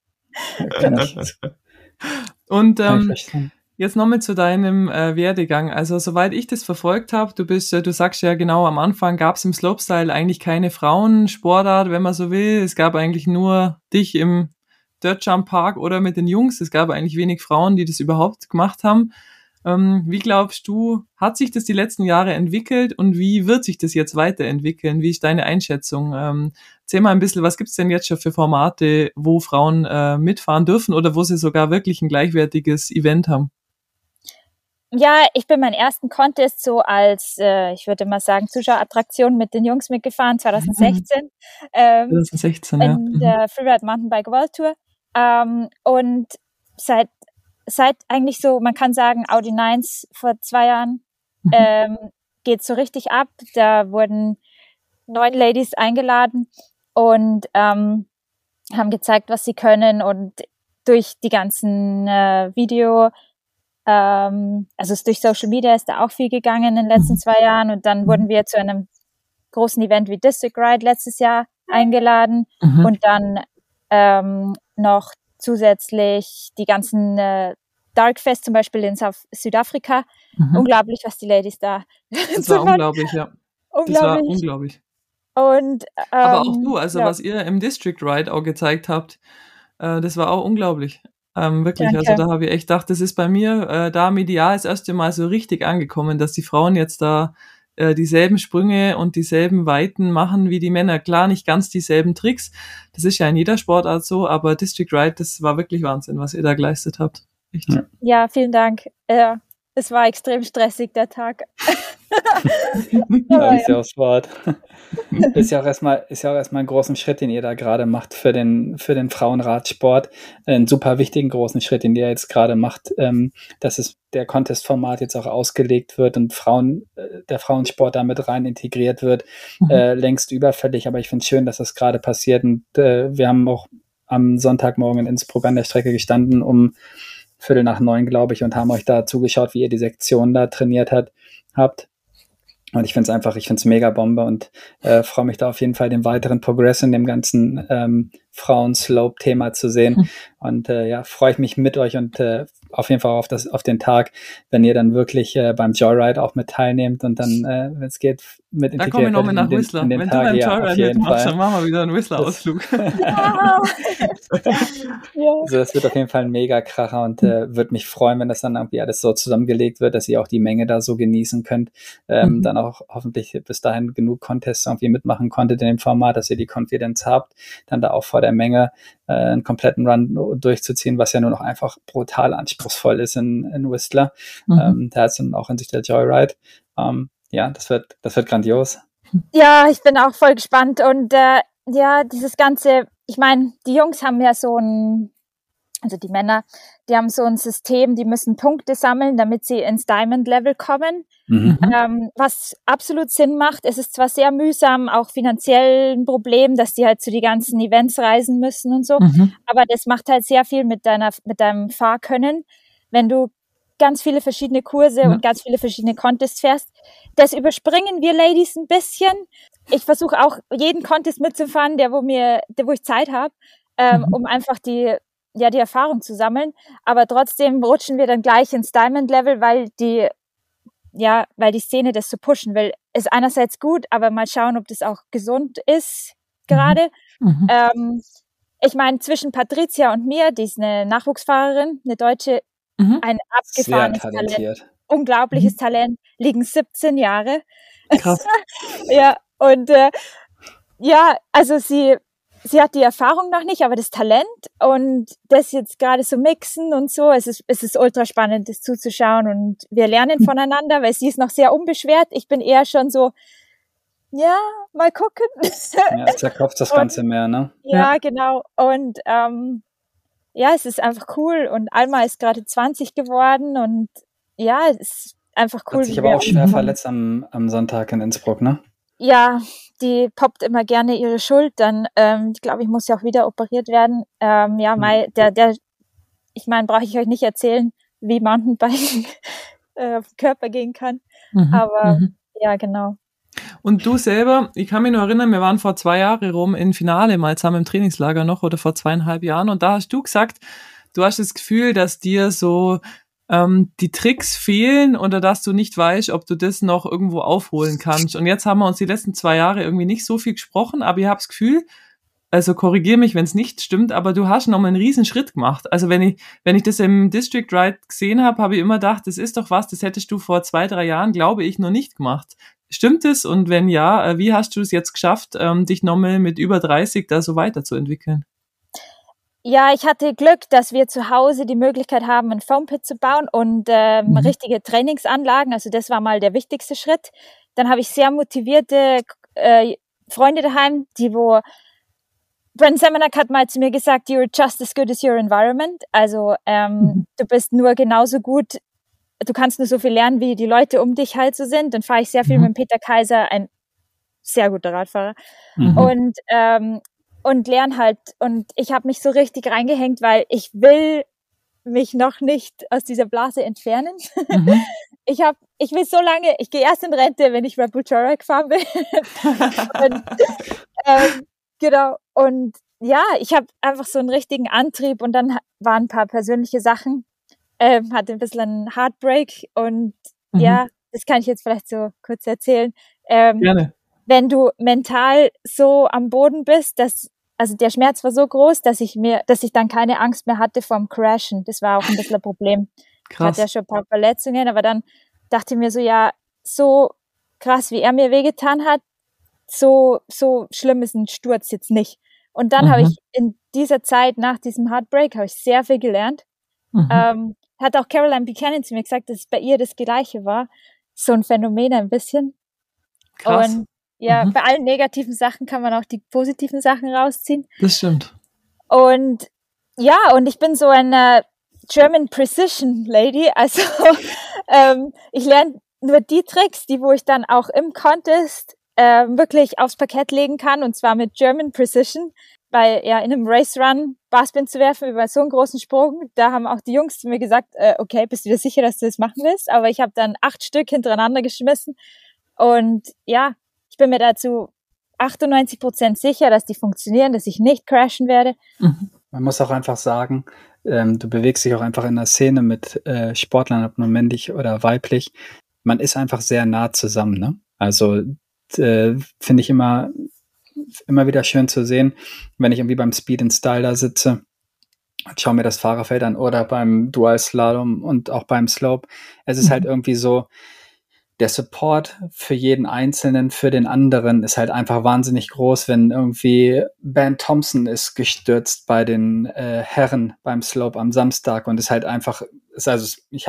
Und ähm, jetzt nochmal zu deinem äh, Werdegang. Also soweit ich das verfolgt habe, du bist, äh, du sagst ja genau, am Anfang gab es im Slopestyle eigentlich keine Frauensportart, wenn man so will. Es gab eigentlich nur dich im Dirt Jump Park oder mit den Jungs. Es gab eigentlich wenig Frauen, die das überhaupt gemacht haben. Ähm, wie glaubst du, hat sich das die letzten Jahre entwickelt und wie wird sich das jetzt weiterentwickeln? Wie ist deine Einschätzung? Ähm, erzähl mal ein bisschen, was gibt's denn jetzt schon für Formate, wo Frauen äh, mitfahren dürfen oder wo sie sogar wirklich ein gleichwertiges Event haben? Ja, ich bin meinen ersten Contest so als, äh, ich würde mal sagen, Zuschauerattraktion mit den Jungs mitgefahren, zwanzig sechzehn. Ähm, zwanzig sechzehn, ja. In der Freeride Mountainbike World Tour. Ähm, und seit Seit eigentlich so, man kann sagen, Audi Nines vor zwei Jahren mhm. ähm, geht so richtig ab. Da wurden neun Ladies eingeladen und ähm, haben gezeigt, was sie können. Und durch die ganzen äh, Video, ähm, also durch Social Media ist da auch viel gegangen in den letzten mhm. zwei Jahren. Und dann mhm. wurden wir zu einem großen Event wie District Ride letztes Jahr eingeladen. Mhm. Und dann ähm, noch zusätzlich die ganzen äh, Darkfest zum Beispiel in South Südafrika. Mhm. Unglaublich, was die Ladies da Das war unglaublich, ja. Unglaublich. Das war unglaublich. Und, ähm, aber auch du, also ja. was ihr im District Ride auch gezeigt habt, äh, das war auch unglaublich. Ähm, wirklich, Danke. Also da habe ich echt gedacht, das ist bei mir äh, da medial das erste Mal so richtig angekommen, dass die Frauen jetzt da äh, dieselben Sprünge und dieselben Weiten machen wie die Männer. Klar, nicht ganz dieselben Tricks. Das ist ja in jeder Sportart so, aber District Ride, das war wirklich Wahnsinn, was ihr da geleistet habt. Echt. Ja. ja, vielen Dank. Ja, es war extrem stressig, der Tag. Ja, ist ja auch smart. Ist ja auch erstmal, ist ja auch erstmal ein großen Schritt, den ihr da gerade macht für den, für den Frauenradsport. Einen super wichtigen großen Schritt, den ihr jetzt gerade macht, ähm, dass es der Contest-Format jetzt auch ausgelegt wird und Frauen, äh, der Frauensport damit rein integriert wird. Mhm. Äh, längst überfällig, aber ich finde es schön, dass das gerade passiert. Und äh, wir haben auch am Sonntagmorgen in Innsbruck an der Strecke gestanden, um Viertel nach neun, glaube ich, und haben euch da zugeschaut, wie ihr die Sektion da trainiert hat, habt. Und ich finde es einfach, ich finde es mega Bombe und äh, freue mich da auf jeden Fall den weiteren Progress in dem ganzen ähm, Frauen-Slope-Thema zu sehen. Mhm. Und äh, ja, freue ich mich mit euch und äh, auf jeden Fall auf, das, auf den Tag, wenn ihr dann wirklich äh, beim Joyride auch mit teilnehmt und dann, äh, wenn es geht, mit integriert. Da kommen wir nochmal nach Whistler. In den wenn Tag, du beim ja, Joyride mitmachst, dann machen wir wieder einen Whistler-Ausflug. Ja. Ja. Also das wird auf jeden Fall ein Mega-Kracher und äh, würde mich freuen, wenn das dann irgendwie alles so zusammengelegt wird, dass ihr auch die Menge da so genießen könnt. Ähm, mhm. Dann auch hoffentlich bis dahin genug Contests irgendwie mitmachen konntet in dem Format, dass ihr die Konfidenz habt, dann da auch vor der Menge äh, einen kompletten Run durchzuziehen, was ja nur noch einfach brutal anspruchsvoll ist in, in Whistler. Mhm. Ähm, da ist dann auch in sich der Joyride. Ähm, ja, das wird, das wird grandios. Ja, ich bin auch voll gespannt und äh, ja, dieses ganze, ich meine, die Jungs haben ja so ein, also die Männer, die haben so ein System, die müssen Punkte sammeln, damit sie ins Diamond-Level kommen, Mhm. ähm, was absolut Sinn macht. Es ist zwar sehr mühsam, auch finanziell ein Problem, dass die halt zu die ganzen Events reisen müssen und so, Mhm. aber das macht halt sehr viel mit deiner, mit deinem Fahrkönnen, wenn du ganz viele verschiedene Kurse Ja. und ganz viele verschiedene Contests fährst. Das überspringen wir Ladies ein bisschen. Ich versuche auch jeden Contest mitzufahren, der wo mir, der wo ich Zeit habe, ähm, Mhm. um einfach die ja die Erfahrung zu sammeln. Aber trotzdem rutschen wir dann gleich ins Diamond Level, weil die ja, weil die Szene das so pushen will. Ist einerseits gut, aber mal schauen, ob das auch gesund ist gerade. Mhm. Ähm, ich meine, zwischen Patricia und mir, die ist eine Nachwuchsfahrerin, eine Deutsche, Mhm. ein Sehr abgefahrenes Talent, talentiert. unglaubliches Mhm. Talent, liegen siebzehn Jahre. Krass. Ja, und äh, ja, also sie, sie hat die Erfahrung noch nicht, aber das Talent und das jetzt gerade so mixen und so, es ist, es ist ultra spannend, das zuzuschauen und wir lernen voneinander, weil sie ist noch sehr unbeschwert. Ich bin eher schon so, ja, mal gucken. Ja, es zerkopft das Und- Ganze mehr, ne? Ja, Ja. genau. Und ähm, ja, es ist einfach cool. Und Alma ist gerade zwanzig geworden und ja, es ist einfach cool. Hat sich wie aber wir auch schwer uns- verletzt am, am Sonntag in Innsbruck, ne? Ja, die poppt immer gerne ihre Schultern. Ähm, ich glaube, ich muss ja auch wieder operiert werden. Ähm, ja, Hm. mei, der, der, ich meine, brauche ich euch nicht erzählen, wie Mountainbiken äh, auf den Körper gehen kann. Mhm. Aber Mhm. ja, genau. Und du selber, ich kann mich nur erinnern, wir waren vor zwei Jahren rum im Finale mal zusammen im Trainingslager noch oder vor zweieinhalb Jahren und da hast du gesagt, du hast das Gefühl, dass dir so ähm, die Tricks fehlen oder dass du nicht weißt, ob du das noch irgendwo aufholen kannst. Und jetzt haben wir uns die letzten zwei Jahre irgendwie nicht so viel gesprochen, aber ich habe das Gefühl, also korrigier mich, wenn es nicht stimmt, aber du hast noch mal einen riesen Schritt gemacht. Also wenn ich, wenn ich das im District Ride gesehen habe, habe ich immer gedacht, das ist doch was, das hättest du vor zwei, drei Jahren, glaube ich, noch nicht gemacht. Stimmt es? Und wenn ja, äh, wie hast du es jetzt geschafft, ähm, dich nochmal mit über dreißig da so weiterzuentwickeln? Ja, ich hatte Glück, dass wir zu Hause die Möglichkeit haben, ein Foampit zu bauen und ähm, Mhm. richtige Trainingsanlagen. Also das war mal der wichtigste Schritt. Dann habe ich sehr motivierte äh, Freunde daheim, die wo Brent Semenak hat mal zu mir gesagt, you're just as good as your environment. Also ähm, Mhm. du bist nur genauso gut, du kannst nur so viel lernen, wie die Leute um dich halt so sind. Dann fahre ich sehr viel Mhm. mit Peter Kaiser, ein sehr guter Radfahrer. Mhm. Und ähm, und lerne halt. Und ich habe mich so richtig reingehängt, weil ich will mich noch nicht aus dieser Blase entfernen. Mhm. Ich habe, ich will so lange, ich gehe erst in Rente, wenn ich Red Bull Joyride fahren will. Und, ähm, genau. Und ja, ich habe einfach so einen richtigen Antrieb und dann waren ein paar persönliche Sachen. Ähm, hatte ein bisschen einen Heartbreak und Mhm. ja, das kann ich jetzt vielleicht so kurz erzählen. Ähm, Gerne. wenn du mental so am Boden bist, dass, also der Schmerz war so groß, dass ich mir, dass ich dann keine Angst mehr hatte vorm Crashen. Das war auch ein bisschen ein Problem. Ich Krass. hatte ja schon ein paar Verletzungen, aber dann dachte ich mir so, ja, so krass, wie er mir wehgetan hat, so, so schlimm ist ein Sturz jetzt nicht. Und dann Mhm. habe ich in dieser Zeit nach diesem Heartbreak habe ich sehr viel gelernt. Mhm. Ähm, hat auch Caroline Buchanan zu mir gesagt, dass es bei ihr das Gleiche war. So ein Phänomen ein bisschen. Krass. Und ja, Mhm. bei allen negativen Sachen kann man auch die positiven Sachen rausziehen. Das stimmt. Und ja, und ich bin so eine German Precision Lady. Also ähm, ich lerne nur die Tricks, die wo ich dann auch im Contest äh, wirklich aufs Parkett legen kann. Und zwar mit German Precision. Weil ja in einem Race Run Barspin zu werfen über so einen großen Sprung, da haben auch die Jungs zu mir gesagt, äh, okay, bist du dir sicher, dass du das machen willst? Aber ich habe dann acht Stück hintereinander geschmissen. Und ja, ich bin mir dazu achtundneunzig Prozent sicher, dass die funktionieren, dass ich nicht crashen werde. Mhm. Man muss auch einfach sagen, ähm, du bewegst dich auch einfach in der Szene mit äh, Sportlern, ob nur männlich oder weiblich. Man ist einfach sehr nah zusammen, ne? Also äh, finde ich immer, immer wieder schön zu sehen, wenn ich irgendwie beim Speed and Style da sitze und schaue mir das Fahrerfeld an oder beim Dual Slalom und auch beim Slope. Es ist Mhm. halt irgendwie so, der Support für jeden Einzelnen, für den anderen ist halt einfach wahnsinnig groß, wenn irgendwie Ben Thompson ist gestürzt bei den äh, Herren beim Slope am Samstag und ist halt einfach, ist also, ich habe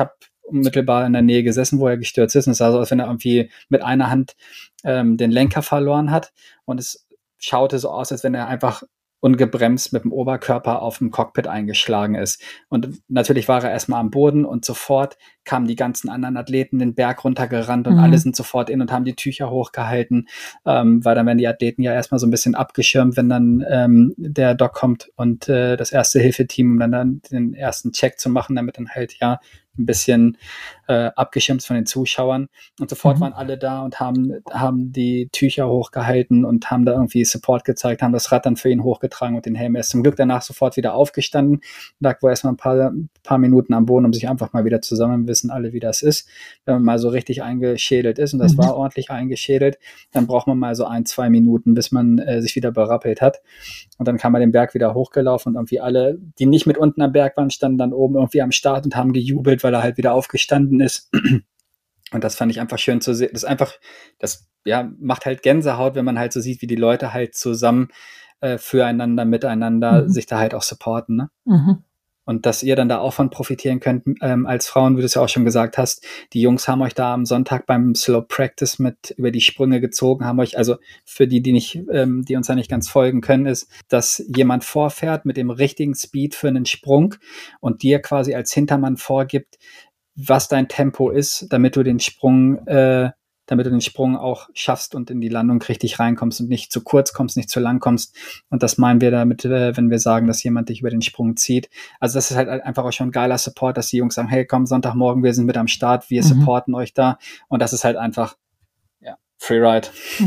unmittelbar in der Nähe gesessen, wo er gestürzt ist. Und es sah so aus, wenn er irgendwie mit einer Hand ähm, den Lenker verloren hat. Und es schaute so aus, als wenn er einfach ungebremst mit dem Oberkörper auf dem Cockpit eingeschlagen ist. Und natürlich war er erstmal am Boden und sofort kamen die ganzen anderen Athleten den Berg runtergerannt und mhm. alle sind sofort in und haben die Tücher hochgehalten, ähm, weil dann werden die Athleten ja erstmal so ein bisschen abgeschirmt, wenn dann ähm, der Doc kommt und äh, das Erste-Hilfe-Team, um dann, dann den ersten Check zu machen, damit dann halt ja ein bisschen äh, abgeschirmt von den Zuschauern. Und sofort mhm. waren alle da und haben, haben die Tücher hochgehalten und haben da irgendwie Support gezeigt, haben das Rad dann für ihn hochgetragen und den Helm. Er ist zum Glück danach sofort wieder aufgestanden, lag wohl erstmal ein paar, paar Minuten am Boden, um sich einfach mal wieder zusammen, wissen alle, wie das ist. Wenn man mal so richtig eingeschädelt ist, und das mhm. war ordentlich eingeschädelt, dann braucht man mal so ein, zwei Minuten, bis man äh, sich wieder berappelt hat. Und dann kam er den Berg wieder hochgelaufen und irgendwie alle, die nicht mit unten am Berg waren, standen dann oben irgendwie am Start und haben gejubelt, weil er halt wieder aufgestanden ist. Und das fand ich einfach schön zu sehen. Das ist einfach, das ja, macht halt Gänsehaut, wenn man halt so sieht, wie die Leute halt zusammen äh, füreinander, miteinander mhm. sich da halt auch supporten. Ne? Mhm. Und dass ihr dann da auch von profitieren könnt ähm, als Frauen, wie du es ja auch schon gesagt hast. Die Jungs haben euch da am Sonntag beim Slow Practice mit über die Sprünge gezogen, haben euch, also für die, die nicht, ähm, die uns da nicht ganz folgen können, ist, dass jemand vorfährt mit dem richtigen Speed für einen Sprung und dir quasi als Hintermann vorgibt, was dein Tempo ist, damit du den Sprung, äh, damit du den Sprung auch schaffst und in die Landung richtig reinkommst und nicht zu kurz kommst, nicht zu lang kommst. Und das meinen wir damit, äh, wenn wir sagen, dass jemand dich über den Sprung zieht. Also das ist halt einfach auch schon ein geiler Support, dass die Jungs sagen, hey, komm, Sonntagmorgen, wir sind mit am Start, wir mhm. supporten euch da. Und das ist halt einfach, ja, Freeride.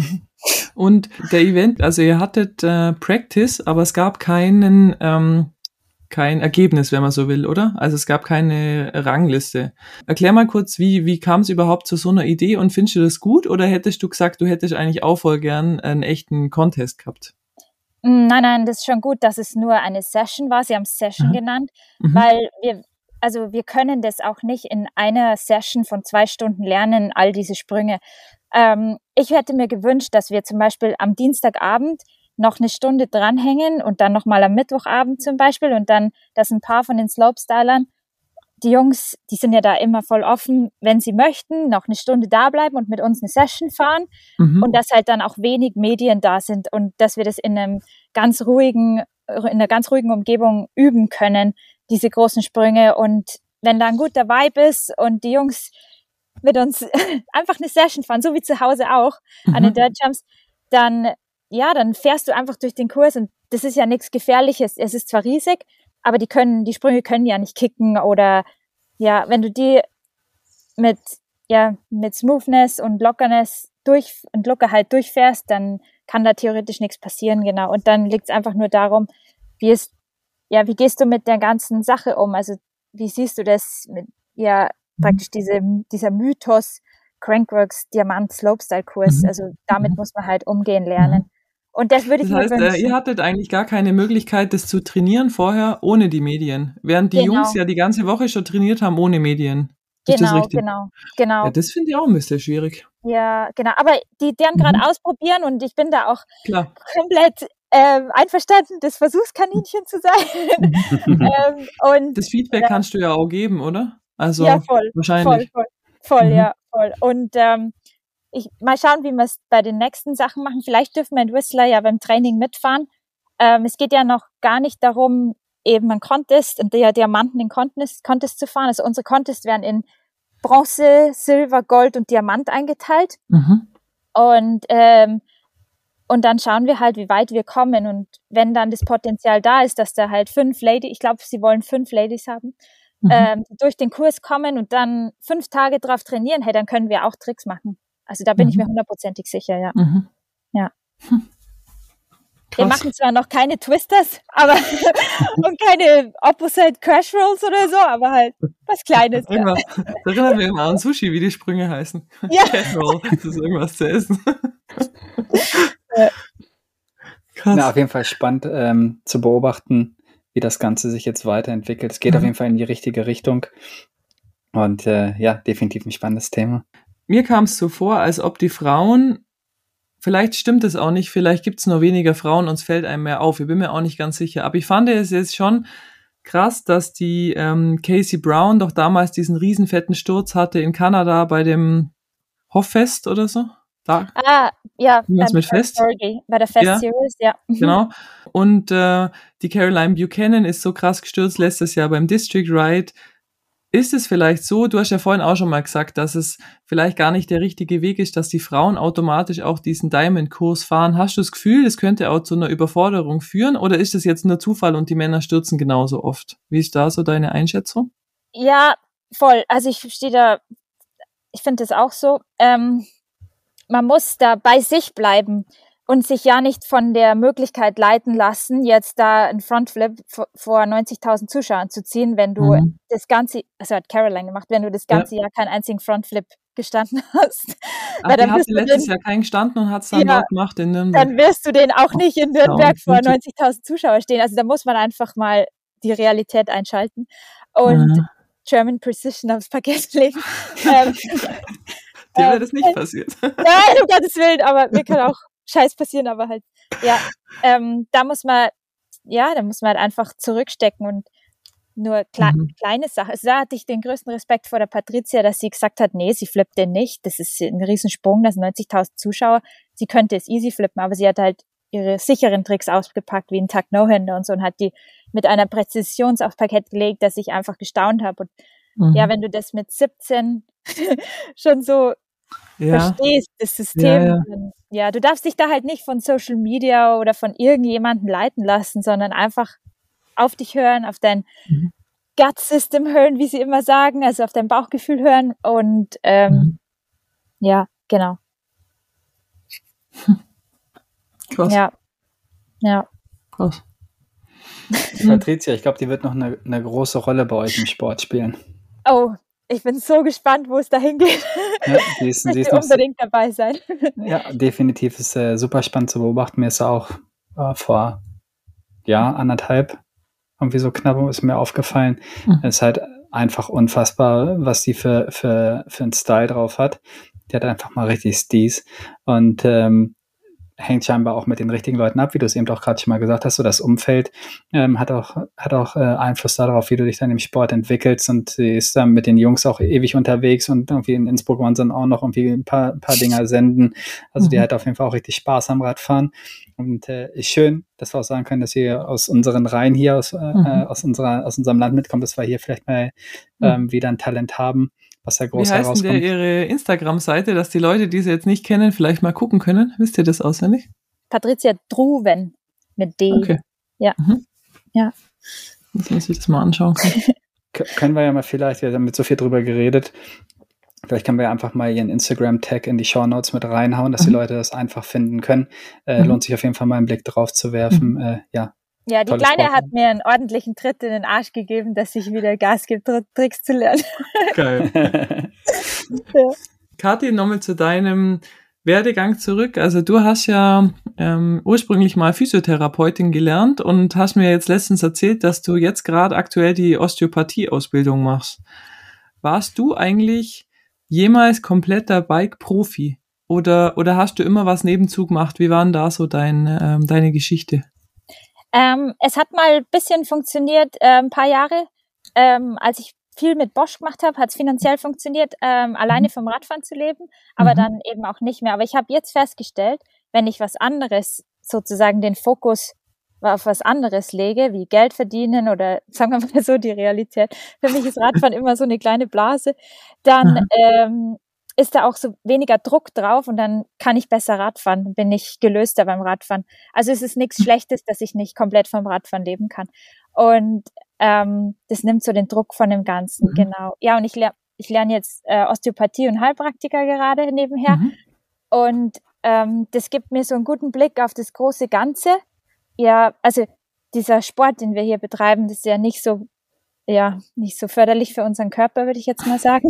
Und der Event, also ihr hattet äh, Practice, aber es gab keinen, ähm, kein Ergebnis, wenn man so will, oder? Also es gab keine Rangliste. Erklär mal kurz, wie, wie kam es überhaupt zu so einer Idee und findest du das gut oder hättest du gesagt, du hättest eigentlich auch voll gern einen echten Contest gehabt? Nein, nein, das ist schon gut, dass es nur eine Session war. Sie haben es Session mhm. genannt, mhm. weil wir, also wir können das auch nicht in einer Session von zwei Stunden lernen, all diese Sprünge. Ähm, ich hätte mir gewünscht, dass wir zum Beispiel am Dienstagabend noch eine Stunde dranhängen und dann nochmal am Mittwochabend zum Beispiel und dann, dass ein paar von den Slopestylern, die Jungs, die sind ja da immer voll offen, wenn sie möchten, noch eine Stunde da bleiben und mit uns eine Session fahren mhm. und dass halt dann auch wenig Medien da sind und dass wir das in einem ganz ruhigen, in einer ganz ruhigen Umgebung üben können, diese großen Sprünge und wenn da ein guter Vibe ist und die Jungs mit uns einfach eine Session fahren, so wie zu Hause auch mhm. an den Dirt Jumps, dann ja, dann fährst du einfach durch den Kurs und das ist ja nichts Gefährliches. Es ist zwar riesig, aber die können, die Sprünge können ja nicht kicken oder ja, wenn du die mit, ja, mit Smoothness und Lockerness durch und Lockerheit durchfährst, dann kann da theoretisch nichts passieren, genau. Und dann liegt es einfach nur darum, wie es, ja, wie gehst du mit der ganzen Sache um? Also, wie siehst du das mit, ja, praktisch diese, dieser Mythos Crankworx Diamant Slopestyle Kurs? Mhm. Also, damit muss man halt umgehen lernen. Und das würde ich das heißt, mir wünschen. Äh, ihr hattet eigentlich gar keine Möglichkeit, das zu trainieren vorher ohne die Medien, während die genau. Jungs ja die ganze Woche schon trainiert haben ohne Medien. Ist genau, das richtig? genau, genau. Ja, das finde ich auch ein bisschen schwierig. Ja, genau. Aber die deren gerade mhm. ausprobieren und ich bin da auch Klar. komplett äh, einverstanden, das Versuchskaninchen zu sein. ähm, und das Feedback äh, kannst du ja auch geben, oder? Also ja, voll, wahrscheinlich. Voll, voll, voll mhm. ja, voll. Und ähm, ich mal schauen, wie wir es bei den nächsten Sachen machen. Vielleicht dürfen wir in Whistler ja beim Training mitfahren. Ähm, es geht ja noch gar nicht darum, eben einen Contest und der Diamanten in Contest, Contest zu fahren. Also unsere Contests werden in Bronze, Silber, Gold und Diamant eingeteilt. Mhm. Und ähm, und dann schauen wir halt, wie weit wir kommen. Und wenn dann das Potenzial da ist, dass da halt fünf Ladies, ich glaube, sie wollen fünf Ladies haben, mhm. ähm, die durch den Kurs kommen und dann fünf Tage drauf trainieren, hey, dann können wir auch Tricks machen. Also da bin mhm. ich mir hundertprozentig sicher, ja. Mhm. Ja. Hm. Wir machen zwar noch keine Twisters, aber und keine Opposite Crash Rolls oder so, aber halt was Kleines. Ja. Da erinnern wir immer an Sushi, wie die Sprünge heißen. Ja. Crash Roll, das ist irgendwas zu essen. Ja. Krass. Na, auf jeden Fall spannend ähm, zu beobachten, wie das Ganze sich jetzt weiterentwickelt. Es geht mhm. auf jeden Fall in die richtige Richtung. Und äh, ja, definitiv ein spannendes Thema. Mir kam es so vor, als ob die Frauen, vielleicht stimmt es auch nicht, vielleicht gibt es nur weniger Frauen und es fällt einem mehr auf, ich bin mir auch nicht ganz sicher, aber ich fand es jetzt schon krass, dass die ähm, Casey Brown doch damals diesen riesenfetten Sturz hatte in Kanada bei dem Hofffest oder so. Da. Ah, ja, beim mit Fest. Bei der Fest ja, Series, ja. Genau. Und äh, die Caroline Buchanan ist so krass gestürzt letztes Jahr beim District Ride. Ist es vielleicht so, du hast ja vorhin auch schon mal gesagt, dass es vielleicht gar nicht der richtige Weg ist, dass die Frauen automatisch auch diesen Diamond-Kurs fahren. Hast du das Gefühl, das könnte auch zu einer Überforderung führen, oder ist das jetzt nur Zufall und die Männer stürzen genauso oft? Wie ist da so deine Einschätzung? Ja, voll. Also ich stehe da, ich finde das auch so. Ähm, man muss da bei sich bleiben und sich ja nicht von der Möglichkeit leiten lassen, jetzt da einen Frontflip vor neunzigtausend Zuschauern zu ziehen, wenn du mhm. das ganze, also hat Caroline gemacht, wenn du das ganze ja. Jahr keinen einzigen Frontflip gestanden hast. Ach, Weil dann die hat letztes den, Jahr keinen gestanden und hat es dann ja, dort gemacht in Nürnberg. Dann wirst du den auch nicht in Nürnberg vor neunzigtausend Zuschauer stehen. Also da muss man einfach mal die Realität einschalten und ja. German Precision aufs Parkett legen. ähm, Dir wäre das nicht äh, passiert. Nein, um Gottes Willen, aber mir kann auch Scheiß passieren, aber halt, ja, ähm, da muss man, ja, da muss man halt einfach zurückstecken und nur kle- mhm. kleine Sachen. Also da hatte ich den größten Respekt vor der Patricia, dass sie gesagt hat, nee, sie flippt den nicht. Das ist ein Riesensprung, das sind neunzigtausend Zuschauer. Sie könnte es easy flippen, aber sie hat halt ihre sicheren Tricks ausgepackt, wie ein Tuck No-Hander und so, und hat die mit einer Präzision aufs Parkett gelegt, dass ich einfach gestaunt habe. Und mhm. ja, wenn du das mit siebzehn schon so ja. verstehst, das System. Ja, ja. ja, du darfst dich da halt nicht von Social Media oder von irgendjemandem leiten lassen, sondern einfach auf dich hören, auf dein mhm. Gut-System hören, wie sie immer sagen, also auf dein Bauchgefühl hören und ähm, mhm. ja, genau. Krass. Ja. Ja. Krass. Patricia, ich glaube, die wird noch eine, eine große Rolle bei euch im Sport spielen. Oh, ich bin so gespannt, wo es dahin geht. Ja, die ist, ich die ist will noch unbedingt so, dabei sein. Ja, definitiv ist äh, super spannend zu beobachten. Mir ist auch äh, vor ja, anderthalb irgendwie so knapp ist mir aufgefallen. Mhm. Es ist halt einfach unfassbar, was die für, für, für einen Style drauf hat. Die hat einfach mal richtig Steez und ähm, hängt scheinbar auch mit den richtigen Leuten ab, wie du es eben auch gerade schon mal gesagt hast. So das Umfeld ähm, hat auch, hat auch äh, Einfluss darauf, wie du dich dann im Sport entwickelst, und sie ist dann mit den Jungs auch ewig unterwegs und irgendwie in Innsbruck wollen sie dann auch noch irgendwie ein paar, ein paar Dinger senden. Also mhm. die hat auf jeden Fall auch richtig Spaß am Radfahren und äh, ist schön, dass wir auch sagen können, dass wir aus unseren Reihen hier, aus, mhm. äh, aus, unserer, aus unserem Land mitkommen, dass wir hier vielleicht mal ähm, mhm. wieder ein Talent haben, was da groß herauskommt. Wie heißt denn der ihre Instagram-Seite, dass die Leute, die sie jetzt nicht kennen, vielleicht mal gucken können? Wisst ihr das auswendig? Patricia Druwen mit D. Okay. Ja. Mhm. Ja. Dass man sich das mal anschauen kann. K- können wir ja mal vielleicht, wir haben mit so viel drüber geredet, vielleicht können wir einfach mal ihren Instagram-Tag in die Shownotes mit reinhauen, dass mhm. die Leute das einfach finden können. Äh, mhm. Lohnt sich auf jeden Fall mal einen Blick drauf zu werfen. Mhm. Äh, ja. Ja, die Kleine Sport. Hat mir einen ordentlichen Tritt in den Arsch gegeben, dass ich wieder Gas gebe, Tr- Tricks zu lernen. Geil. ja. Kathi, nochmal zu deinem Werdegang zurück. Also du hast ja ähm, ursprünglich mal Physiotherapeutin gelernt und hast mir jetzt letztens erzählt, dass du jetzt gerade aktuell die Osteopathie-Ausbildung machst. Warst du eigentlich jemals kompletter Bike-Profi? Oder, oder hast du immer was nebenzu gemacht? Wie war denn da so dein, ähm, deine Geschichte? Ähm, es hat mal ein bisschen funktioniert, äh, ein paar Jahre. Ähm, als ich viel mit Bosch gemacht habe, hat es finanziell funktioniert, ähm, alleine vom Radfahren zu leben, aber mhm. dann eben auch nicht mehr. Aber ich habe jetzt festgestellt, wenn ich was anderes, sozusagen den Fokus auf was anderes lege, wie Geld verdienen oder sagen wir mal so die Realität, für mich ist Radfahren immer so eine kleine Blase, dann mhm. ähm, ist da auch so weniger Druck drauf und dann kann ich besser Radfahren, bin ich gelöster beim Radfahren. Also es ist nichts Schlechtes, dass ich nicht komplett vom Radfahren leben kann. Und ähm, das nimmt so den Druck von dem Ganzen, mhm. genau. Ja, und ich lerne ich lerne jetzt äh, Osteopathie und Heilpraktiker gerade nebenher. Mhm. Und ähm, das gibt mir so einen guten Blick auf das große Ganze. Ja, also dieser Sport, den wir hier betreiben, das ist ja nicht so ja, nicht so förderlich für unseren Körper, würde ich jetzt mal sagen.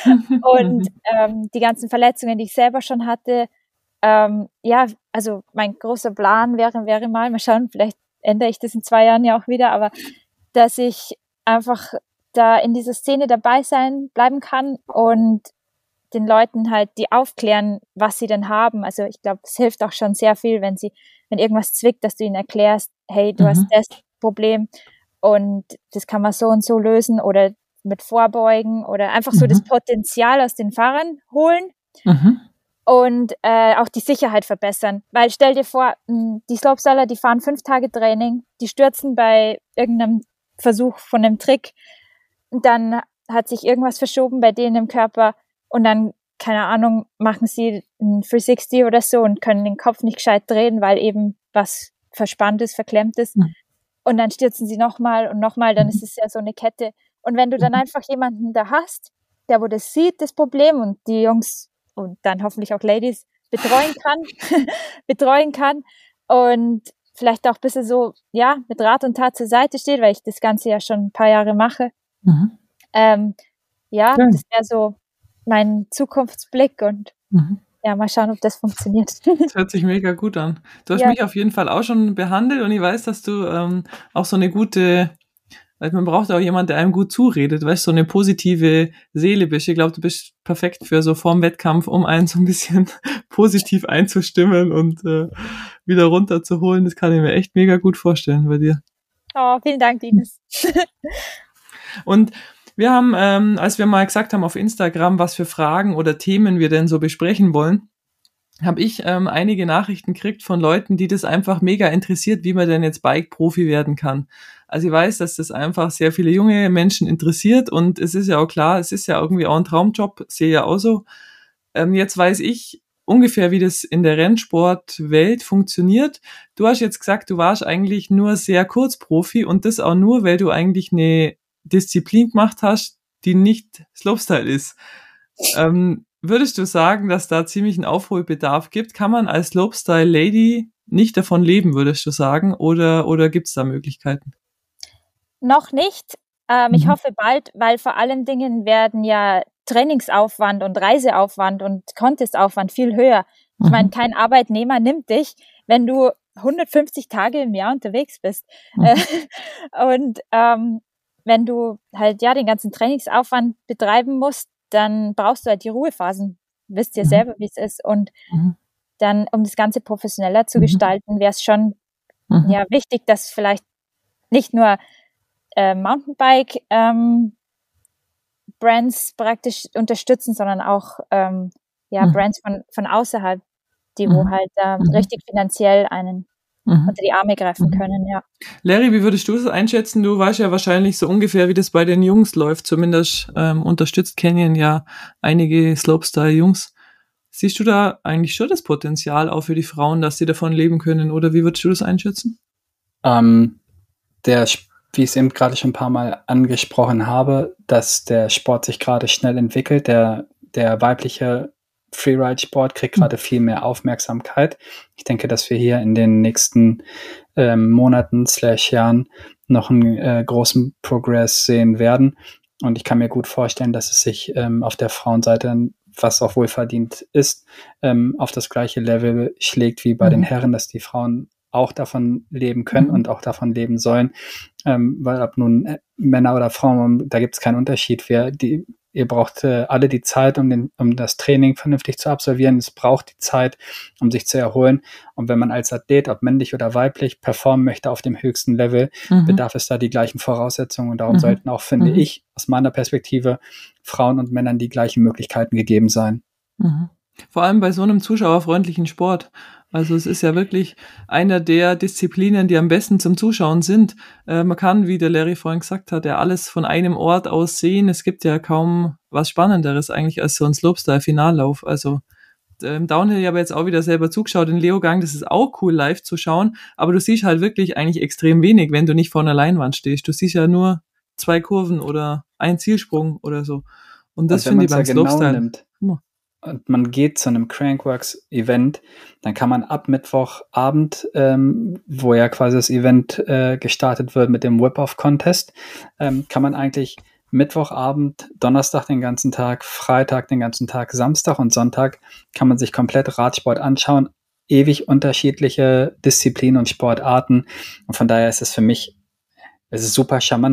Und ähm, die ganzen Verletzungen, die ich selber schon hatte, ähm, ja, also mein großer Plan wäre, wäre mal, mal schauen, vielleicht ändere ich das in zwei Jahren ja auch wieder, aber dass ich einfach da in dieser Szene dabei sein, bleiben kann und den Leuten halt die aufklären, was sie denn haben. Also ich glaube, es hilft auch schon sehr viel, wenn sie, wenn irgendwas zwickt, dass du ihnen erklärst, hey, du mhm. hast das Problem. und das kann man so und so lösen oder mit Vorbeugen oder einfach so mhm. das Potenzial aus den Fahrern holen. Mhm. Und äh, auch die Sicherheit verbessern. Weil stell dir vor, die Slopestyler, die fahren fünf Tage Training, die stürzen bei irgendeinem Versuch von einem Trick und dann hat sich irgendwas verschoben bei denen im Körper und dann, keine Ahnung, machen sie ein dreihundertsechzig oder so und können den Kopf nicht gescheit drehen, weil eben was verspannt ist, verklemmt ist. Mhm. Und dann stürzen sie nochmal und nochmal, dann ist es ja so eine Kette. Und wenn du dann einfach jemanden da hast, der wo das sieht, das Problem, und die Jungs und dann hoffentlich auch Ladies betreuen kann, betreuen kann und vielleicht auch ein bisschen so, ja, mit Rat und Tat zur Seite steht, weil ich das Ganze ja schon ein paar Jahre mache. Mhm. Ähm, ja, ja, das wäre so mein Zukunftsblick und mhm. ja, mal schauen, ob das funktioniert. Das hört sich mega gut an. Du hast ja. mich auf jeden Fall auch schon behandelt und ich weiß, dass du ähm, auch so eine gute, weil man braucht auch jemanden, der einem gut zuredet, weißt du, so eine positive Seele bist. Ich glaube, du bist perfekt für so vorm Wettkampf, um einen so ein bisschen positiv einzustimmen und äh, wieder runterzuholen. Das kann ich mir echt mega gut vorstellen bei dir. Oh, vielen Dank, Ines. Und wir haben, ähm, als wir mal gesagt haben auf Instagram, was für Fragen oder Themen wir denn so besprechen wollen, habe ich ähm, einige Nachrichten gekriegt von Leuten, die das einfach mega interessiert, wie man denn jetzt Bike-Profi werden kann. Also ich weiß, dass das einfach sehr viele junge Menschen interessiert und es ist ja auch klar, es ist ja irgendwie auch ein Traumjob, sehe ja auch so. Ähm, jetzt weiß ich ungefähr, wie das in der Rennsportwelt funktioniert. Du hast jetzt gesagt, du warst eigentlich nur sehr kurz Profi und das auch nur, weil du eigentlich eine Disziplin gemacht hast, die nicht Slopestyle ist. Ähm, würdest du sagen, dass da ziemlich einen Aufholbedarf gibt? Kann man als Slopestyle-Lady nicht davon leben, würdest du sagen? Oder, oder gibt es da Möglichkeiten? Noch nicht. Ähm, mhm. Ich hoffe bald, weil vor allen Dingen werden ja Trainingsaufwand und Reiseaufwand und Contestaufwand viel höher. Ich mhm. meine, kein Arbeitnehmer nimmt dich, wenn du hundertfünfzig Tage im Jahr unterwegs bist. Mhm. Und ähm, wenn du halt ja den ganzen Trainingsaufwand betreiben musst, dann brauchst du halt die Ruhephasen. Du wisst ja mhm. selber, wie es ist. Und mhm. dann, um das Ganze professioneller zu mhm. gestalten, wäre es schon mhm. ja wichtig, dass vielleicht nicht nur äh, Mountainbike ähm, Brands praktisch unterstützen, sondern auch ähm, ja mhm. Brands von, von außerhalb, die mhm. wo halt äh, mhm. richtig finanziell einen mhm. unter die Arme greifen können, ja. Larry, wie würdest du das einschätzen? Du weißt ja wahrscheinlich so ungefähr, wie das bei den Jungs läuft. Zumindest ähm, unterstützt Canyon ja einige Slopestyle-Jungs. Siehst du da eigentlich schon das Potenzial auch für die Frauen, dass sie davon leben können? Oder wie würdest du das einschätzen? Ähm, der, wie ich es eben gerade schon ein paar Mal angesprochen habe, dass der Sport sich gerade schnell entwickelt. Der, der weibliche Freeride-Sport kriegt gerade mhm. viel mehr Aufmerksamkeit. Ich denke, dass wir hier in den nächsten ähm, Monaten slash Jahren noch einen äh, großen Progress sehen werden. Und ich kann mir gut vorstellen, dass es sich ähm, auf der Frauenseite, was auch wohlverdient ist, ähm, auf das gleiche Level schlägt wie bei mhm. den Herren, dass die Frauen auch davon leben können mhm. und auch davon leben sollen. Ähm, weil ob nun äh, Männer oder Frauen, da gibt es keinen Unterschied. Wer die Ihr braucht äh, alle die Zeit, um, den, um das Training vernünftig zu absolvieren. Es braucht die Zeit, um sich zu erholen. Und wenn man als Athlet, ob männlich oder weiblich, performen möchte auf dem höchsten Level, mhm. bedarf es da die gleichen Voraussetzungen. Und darum mhm. sollten auch, finde mhm. ich, aus meiner Perspektive, Frauen und Männern die gleichen Möglichkeiten gegeben sein. Mhm. Vor allem bei so einem zuschauerfreundlichen Sport. Also es ist ja wirklich einer der Disziplinen, die am besten zum Zuschauen sind. Äh, man kann, wie der Larry vorhin gesagt hat, ja alles von einem Ort aus sehen. Es gibt ja kaum was Spannenderes eigentlich als so ein Slopestyle-Finallauf. Also im Downhill habe ich jetzt auch wieder selber zugeschaut in Leogang. Das ist auch cool, live zu schauen. Aber du siehst halt wirklich eigentlich extrem wenig, wenn du nicht vor einer Leinwand stehst. Du siehst ja nur zwei Kurven oder einen Zielsprung oder so. Und das finde ich beim Slopestyle. Genau und man geht zu einem Crankworx-Event, dann kann man ab Mittwochabend, ähm, wo ja quasi das Event äh, gestartet wird mit dem Whip-Off-Contest, ähm, kann man eigentlich Mittwochabend, Donnerstag den ganzen Tag, Freitag den ganzen Tag, Samstag und Sonntag kann man sich komplett Radsport anschauen. Ewig unterschiedliche Disziplinen und Sportarten. Und von daher ist es für mich, es ist super charmant.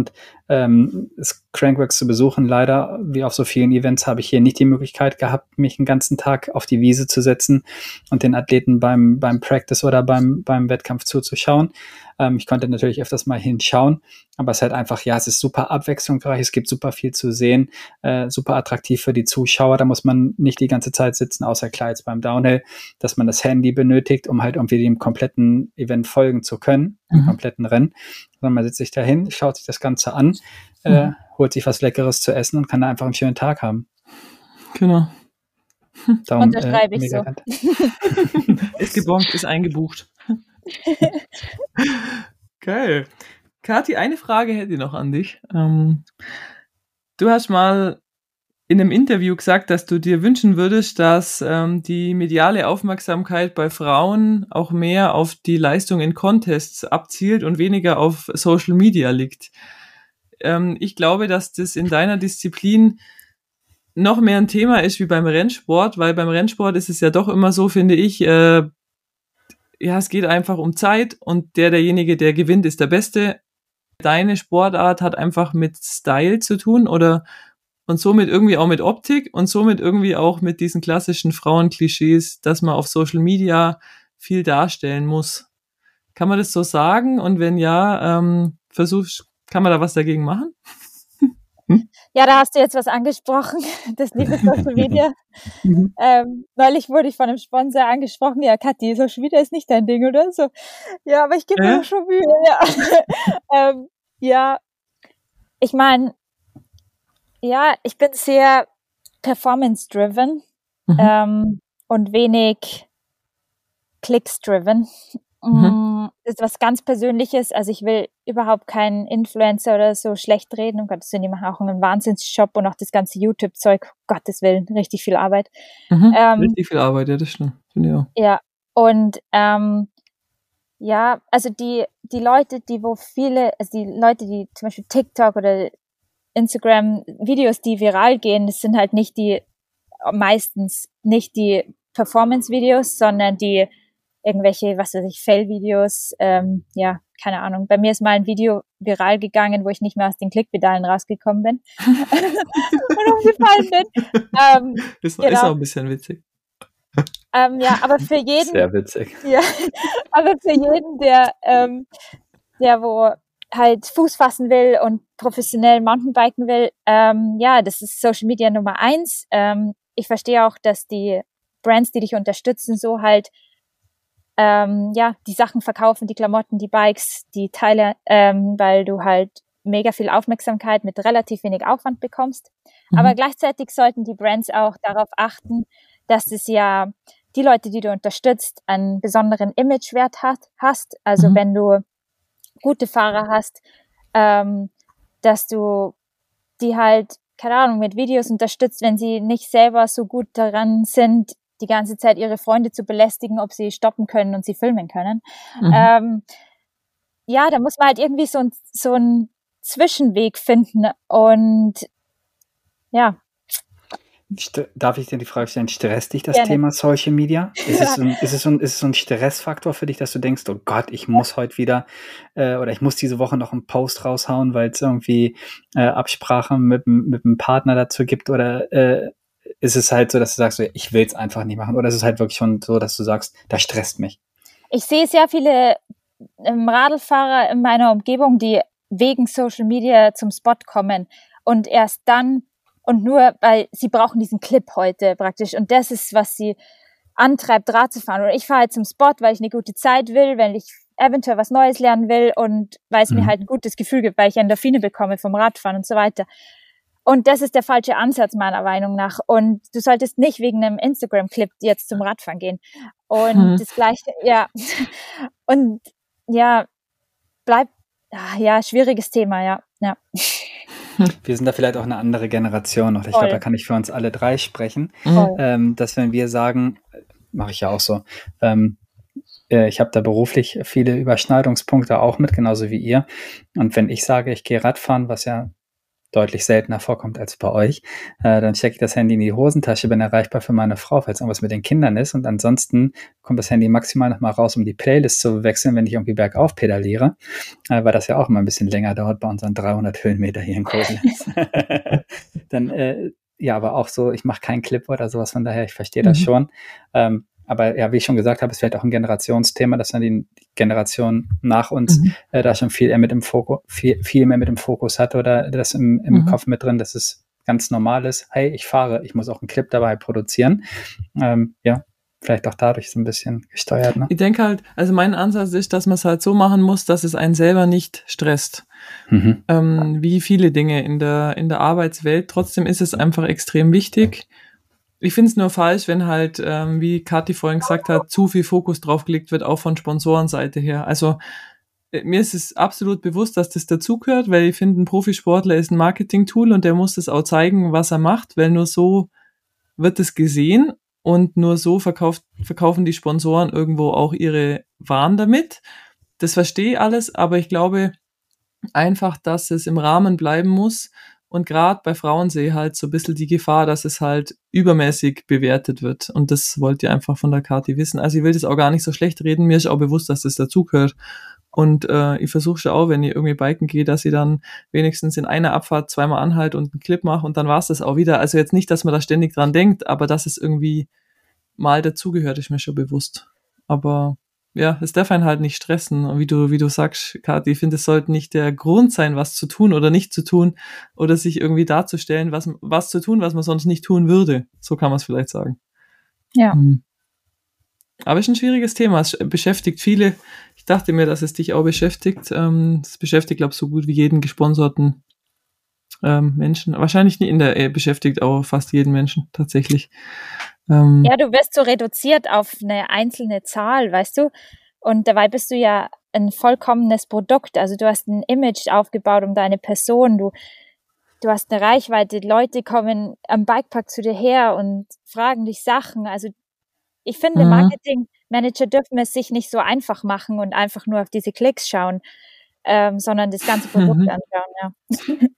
ähm, das Crankworx zu besuchen. Leider, wie auf so vielen Events, habe ich hier nicht die Möglichkeit gehabt, mich einen ganzen Tag auf die Wiese zu setzen und den Athleten beim, beim Practice oder beim, beim Wettkampf zuzuschauen. Ähm, ich konnte natürlich öfters mal hinschauen, aber es ist halt einfach, ja, es ist super abwechslungsreich, es gibt super viel zu sehen, äh, super attraktiv für die Zuschauer. Da muss man nicht die ganze Zeit sitzen, außer klar jetzt beim Downhill, dass man das Handy benötigt, um halt irgendwie dem kompletten Event folgen zu können, dem mhm. kompletten Rennen. Sondern man setzt sich da hin, schaut sich das Ganze an, mhm. äh, holt sich was Leckeres zu essen und kann da einfach einen schönen Tag haben. Genau. Darum, Unterschreibe äh, ich so. Ist gebongt, ist eingebucht. Geil. Kathi, eine Frage hätte ich noch an dich. Ähm, du hast mal in einem Interview gesagt, dass du dir wünschen würdest, dass ähm, die mediale Aufmerksamkeit bei Frauen auch mehr auf die Leistung in Contests abzielt und weniger auf Social Media liegt. Ähm, ich glaube, dass das in deiner Disziplin noch mehr ein Thema ist wie beim Rennsport, weil beim Rennsport ist es ja doch immer so, finde ich, äh, ja, es geht einfach um Zeit und der, derjenige, der gewinnt, ist der Beste. Deine Sportart hat einfach mit Style zu tun oder und somit irgendwie auch mit Optik und somit irgendwie auch mit diesen klassischen Frauenklischees, dass man auf Social Media viel darstellen muss. Kann man das so sagen? Und wenn ja, ähm, versuchst, kann man da was dagegen machen? Hm? Ja, da hast du jetzt was angesprochen, das liebe Social Media. ähm, neulich wurde ich von einem Sponsor angesprochen, ja, Kathi, Social Media ist nicht dein Ding, oder? So, ja, aber ich gebe mir äh? schon Mühe, ja. ähm, ja, ich meine, ja, ich bin sehr performance-driven mhm. ähm, und wenig Clicks-driven. Mhm. Das ist was ganz Persönliches, also ich will überhaupt keinen Influencer oder so schlecht reden, um Gottes Willen, die machen auch einen Wahnsinnsjob und auch das ganze YouTube-Zeug, um Gottes Willen, richtig viel Arbeit. Mhm. Ähm, richtig viel Arbeit, ja, das stimmt. Finde ich auch. Ja, und ähm, ja, also die, die Leute, die wo viele, also die Leute, die zum Beispiel TikTok oder Instagram-Videos, die viral gehen, das sind halt nicht die, meistens nicht die Performance-Videos, sondern die irgendwelche, was weiß ich, Fail-Videos, ähm, ja, keine Ahnung. Bei mir ist mal ein Video viral gegangen, wo ich nicht mehr aus den Klickpedalen rausgekommen bin und umgefallen bin. Ähm, ist, genau. ist auch ein bisschen witzig. Ähm, ja, aber für jeden. Sehr witzig. Ja, aber für jeden, der, ähm, der wo halt Fuß fassen will und professionell Mountainbiken will, ähm, ja, das ist Social Media Nummer eins. Ähm, ich verstehe auch, dass die Brands, die dich unterstützen, so halt ähm, ja, die Sachen verkaufen, die Klamotten, die Bikes, die Teile, ähm, weil du halt mega viel Aufmerksamkeit mit relativ wenig Aufwand bekommst. Mhm. Aber gleichzeitig sollten die Brands auch darauf achten, dass es ja die Leute, die du unterstützt, einen besonderen Imagewert hat, hast. Also mhm. wenn du gute Fahrer hast, ähm, dass du die halt, keine Ahnung, mit Videos unterstützt, wenn sie nicht selber so gut daran sind, die ganze Zeit ihre Freunde zu belästigen, ob sie stoppen können und sie filmen können. Mhm. Ähm, ja, da muss man halt irgendwie so ein, so ein Zwischenweg finden und ja. Darf ich dir die Frage stellen, stresst dich das Gerne. Thema Social Media? Ist, es so ein, ist, es so ein, ist es so ein Stressfaktor für dich, dass du denkst, oh Gott, ich muss heute wieder äh, oder ich muss diese Woche noch einen Post raushauen, weil es irgendwie äh, Absprachen mit, mit einem Partner dazu gibt oder äh, ist es halt so, dass du sagst, ich will es einfach nicht machen oder ist es halt wirklich schon so, dass du sagst, das stresst mich? Ich sehe sehr viele ähm, Radlfahrer in meiner Umgebung, die wegen Social Media zum Spot kommen und erst dann und nur, weil sie brauchen diesen Clip heute praktisch. Und das ist, was sie antreibt, Rad zu fahren. Oder ich fahre halt zum Spot, weil ich eine gute Zeit will, wenn ich eventuell was Neues lernen will und weil es mhm. mir halt ein gutes Gefühl gibt, weil ich Endorphine bekomme vom Radfahren und so weiter. Und das ist der falsche Ansatz meiner Meinung nach. Und du solltest nicht wegen einem Instagram-Clip jetzt zum Radfahren gehen. Und mhm. das Gleiche, ja. Und ja, bleibt, ja, schwieriges Thema, ja, ja. Wir sind da vielleicht auch eine andere Generation. Und ich glaube, da kann ich für uns alle drei sprechen, ähm, dass wenn wir sagen, mache ich ja auch so, ähm, äh, ich habe da beruflich viele Überschneidungspunkte auch mit, genauso wie ihr. Und wenn ich sage, ich gehe Radfahren, was ja deutlich seltener vorkommt als bei euch. Äh, dann stecke ich das Handy in die Hosentasche, bin erreichbar für meine Frau, falls irgendwas mit den Kindern ist. Und ansonsten kommt das Handy maximal nochmal raus, um die Playlist zu wechseln, wenn ich irgendwie bergauf pedaliere, äh, weil das ja auch immer ein bisschen länger dauert bei unseren dreihundert Höhenmeter hier in Koblenz. Dann, äh, ja, aber auch so, ich mache keinen Clip oder sowas, von daher, ich verstehe das mhm. schon. Ähm, aber ja, wie ich schon gesagt habe, ist vielleicht auch ein Generationsthema, dass dann die Generation nach uns mhm. äh, da schon viel, eher mit im Fokus, viel, viel mehr mit im Fokus hat oder das im, im mhm. Kopf mit drin, dass es ganz normal ist. Hey, ich fahre, ich muss auch einen Clip dabei produzieren. Ähm, ja, vielleicht auch dadurch so ein bisschen gesteuert. Ne? Ich denke halt, also mein Ansatz ist, dass man es halt so machen muss, dass es einen selber nicht stresst. Mhm. Ähm, wie viele Dinge in der, in der Arbeitswelt. Trotzdem ist es einfach extrem wichtig. Ich finde es nur falsch, wenn halt, ähm, wie Kathi vorhin gesagt hat, zu viel Fokus draufgelegt wird, auch von Sponsorenseite her. Also äh, mir ist es absolut bewusst, dass das dazugehört, weil ich finde, ein Profisportler ist ein Marketing-Tool und der muss das auch zeigen, was er macht, weil nur so wird es gesehen und nur so verkauft, verkaufen die Sponsoren irgendwo auch ihre Waren damit. Das verstehe ich alles, aber ich glaube einfach, dass es im Rahmen bleiben muss. Und gerade bei Frauen sehe ich halt so ein bisschen die Gefahr, dass es halt übermäßig bewertet wird. Und das wollt ihr einfach von der Kathi wissen. Also ich will das auch gar nicht so schlecht reden. Mir ist auch bewusst, dass das dazugehört. Und äh, ich versuche schon auch, wenn ich irgendwie biken gehe, dass ich dann wenigstens in einer Abfahrt zweimal anhalte und einen Clip mache und dann war es das auch wieder. Also jetzt nicht, dass man da ständig dran denkt, aber dass es irgendwie mal dazugehört, ist mir schon bewusst. Aber ja, es darf einen halt nicht stressen. Und wie du, wie du sagst, Kathi, ich finde, es sollte nicht der Grund sein, was zu tun oder nicht zu tun oder sich irgendwie darzustellen, was, was zu tun, was man sonst nicht tun würde. So kann man es vielleicht sagen. Ja. Hm. Aber es ist ein schwieriges Thema. Es beschäftigt viele. Ich dachte mir, dass es dich auch beschäftigt. Es beschäftigt, glaube ich, so gut wie jeden gesponserten ähm, Menschen. Wahrscheinlich nicht in der, äh, beschäftigt auch fast jeden Menschen tatsächlich. Ähm, ja, du wirst so reduziert auf eine einzelne Zahl, weißt du? Und dabei bist du ja ein vollkommenes Produkt. Also du hast ein Image aufgebaut um deine Person. Du, du hast eine Reichweite. Leute kommen am Bikepark zu dir her und fragen dich Sachen. Also ich finde, mhm. Marketingmanager dürfen es sich nicht so einfach machen und einfach nur auf diese Klicks schauen, ähm, sondern das ganze Produkt mhm. anschauen, ja.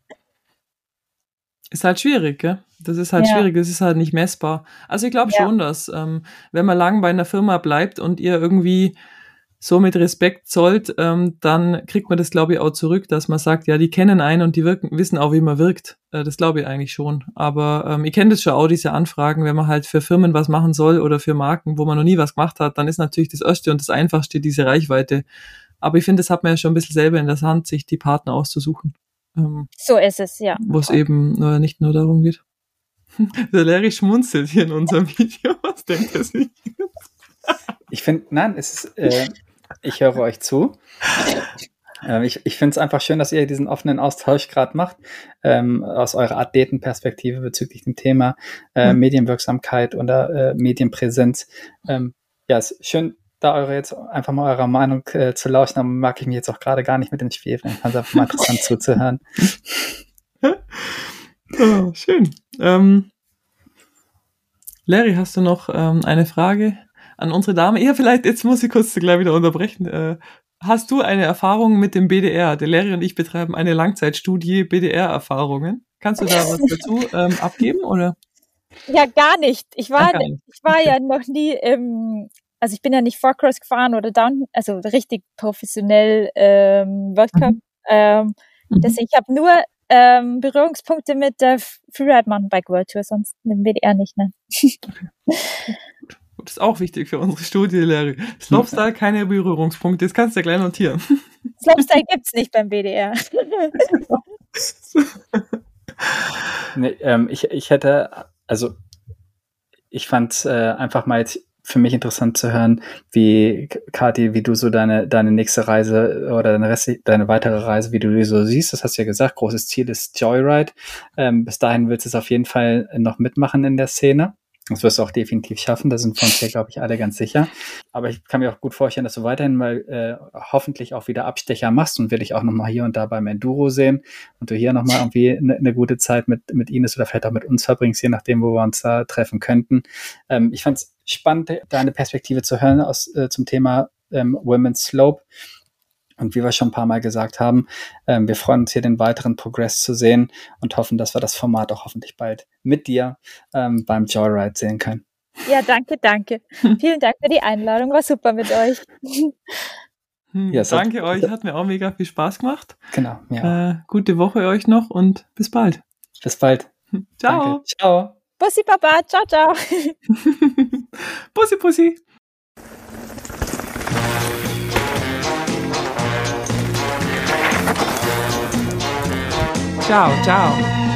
Ist halt schwierig, gell? Das ist halt ja. schwierig, das ist halt nicht messbar. Also ich glaube ja. schon, dass ähm, wenn man lang bei einer Firma bleibt und ihr irgendwie so mit Respekt zollt, ähm, dann kriegt man das, glaube ich, auch zurück, dass man sagt, ja, die kennen einen und die wirken, wissen auch, wie man wirkt. Äh, das glaube ich eigentlich schon. Aber ähm, ich kenne das schon auch, diese Anfragen, wenn man halt für Firmen was machen soll oder für Marken, wo man noch nie was gemacht hat, dann ist natürlich das Erste und das Einfachste diese Reichweite. Aber ich finde, das hat man ja schon ein bisschen selber in der Hand, sich die Partner auszusuchen. Ähm, so ist es, ja. Wo es eben äh, nicht nur darum geht. Der Larry schmunzelt hier in unserem Video. Was denkt er sich? Ich finde, nein, es ist, äh, ich höre euch zu. Äh, ich ich finde es einfach schön, dass ihr diesen offenen Austausch gerade macht, ähm, aus eurer Athletenperspektive bezüglich dem Thema äh, mhm. Medienwirksamkeit oder äh, Medienpräsenz. Ähm, ja, es ist schön, da eure jetzt einfach mal eurer Meinung äh, zu lauschen, aber mag ich mich jetzt auch gerade gar nicht mit ins Spiel bringen. Ich fand es einfach mal interessant zuzuhören. Oh, schön. Ähm, Larry, hast du noch ähm, eine Frage an unsere Dame? Ja, vielleicht, jetzt muss ich kurz gleich wieder unterbrechen. Äh, hast du eine Erfahrung mit dem B D R? Der Larry und ich betreiben eine Langzeitstudie B D R-Erfahrungen. Kannst du da was dazu ähm, abgeben, oder? Ja, gar nicht. Ich war, Ach, nicht. Ich war okay. ja noch nie im... Also ich bin ja nicht Forecross gefahren oder Down, also richtig professionell ähm, World Cup. Mhm. Ähm, mhm. Deswegen, ich habe nur ähm, Berührungspunkte mit der Freeride Mountainbike World Tour, sonst mit dem B D R nicht, ne? Okay. Das ist auch wichtig für unsere Studie, Larry. Slopestyle, keine Berührungspunkte, das kannst du ja gleich notieren. Slopestyle gibt's nicht beim B D R. nee, ähm, ich, ich hätte, also ich fand äh, einfach mal jetzt für mich interessant zu hören, wie, Kathi, wie du so deine, deine nächste Reise oder deine, Rest, deine weitere Reise, wie du die so siehst. Das hast du ja gesagt, großes Ziel ist Joyride. Ähm, bis dahin willst du es auf jeden Fall noch mitmachen in der Szene. Das wirst du auch definitiv schaffen, da sind wir uns hier, glaube ich, alle ganz sicher. Aber ich kann mir auch gut vorstellen, dass du weiterhin mal äh, hoffentlich auch wieder Abstecher machst und will dich auch nochmal hier und da beim Enduro sehen und du hier nochmal irgendwie eine ne gute Zeit mit, mit Ines oder vielleicht auch mit uns verbringst, je nachdem, wo wir uns da treffen könnten. Ähm, ich fand es spannend, deine Perspektive zu hören aus, äh, zum Thema ähm, Women's Slope. Und wie wir schon ein paar Mal gesagt haben, ähm, wir freuen uns hier den weiteren Progress zu sehen und hoffen, dass wir das Format auch hoffentlich bald mit dir ähm, beim Joyride sehen können. Ja, danke, danke. Vielen Dank für die Einladung, war super mit euch. Hm, Ja, so- danke euch, hat mir auch mega viel Spaß gemacht. Genau, mir auch. Äh, gute Woche euch noch und bis bald. Bis bald. Ciao. Danke. Ciao. Bussi Papa, ciao, ciao. Pussy, Pussy. Ciao, ciao.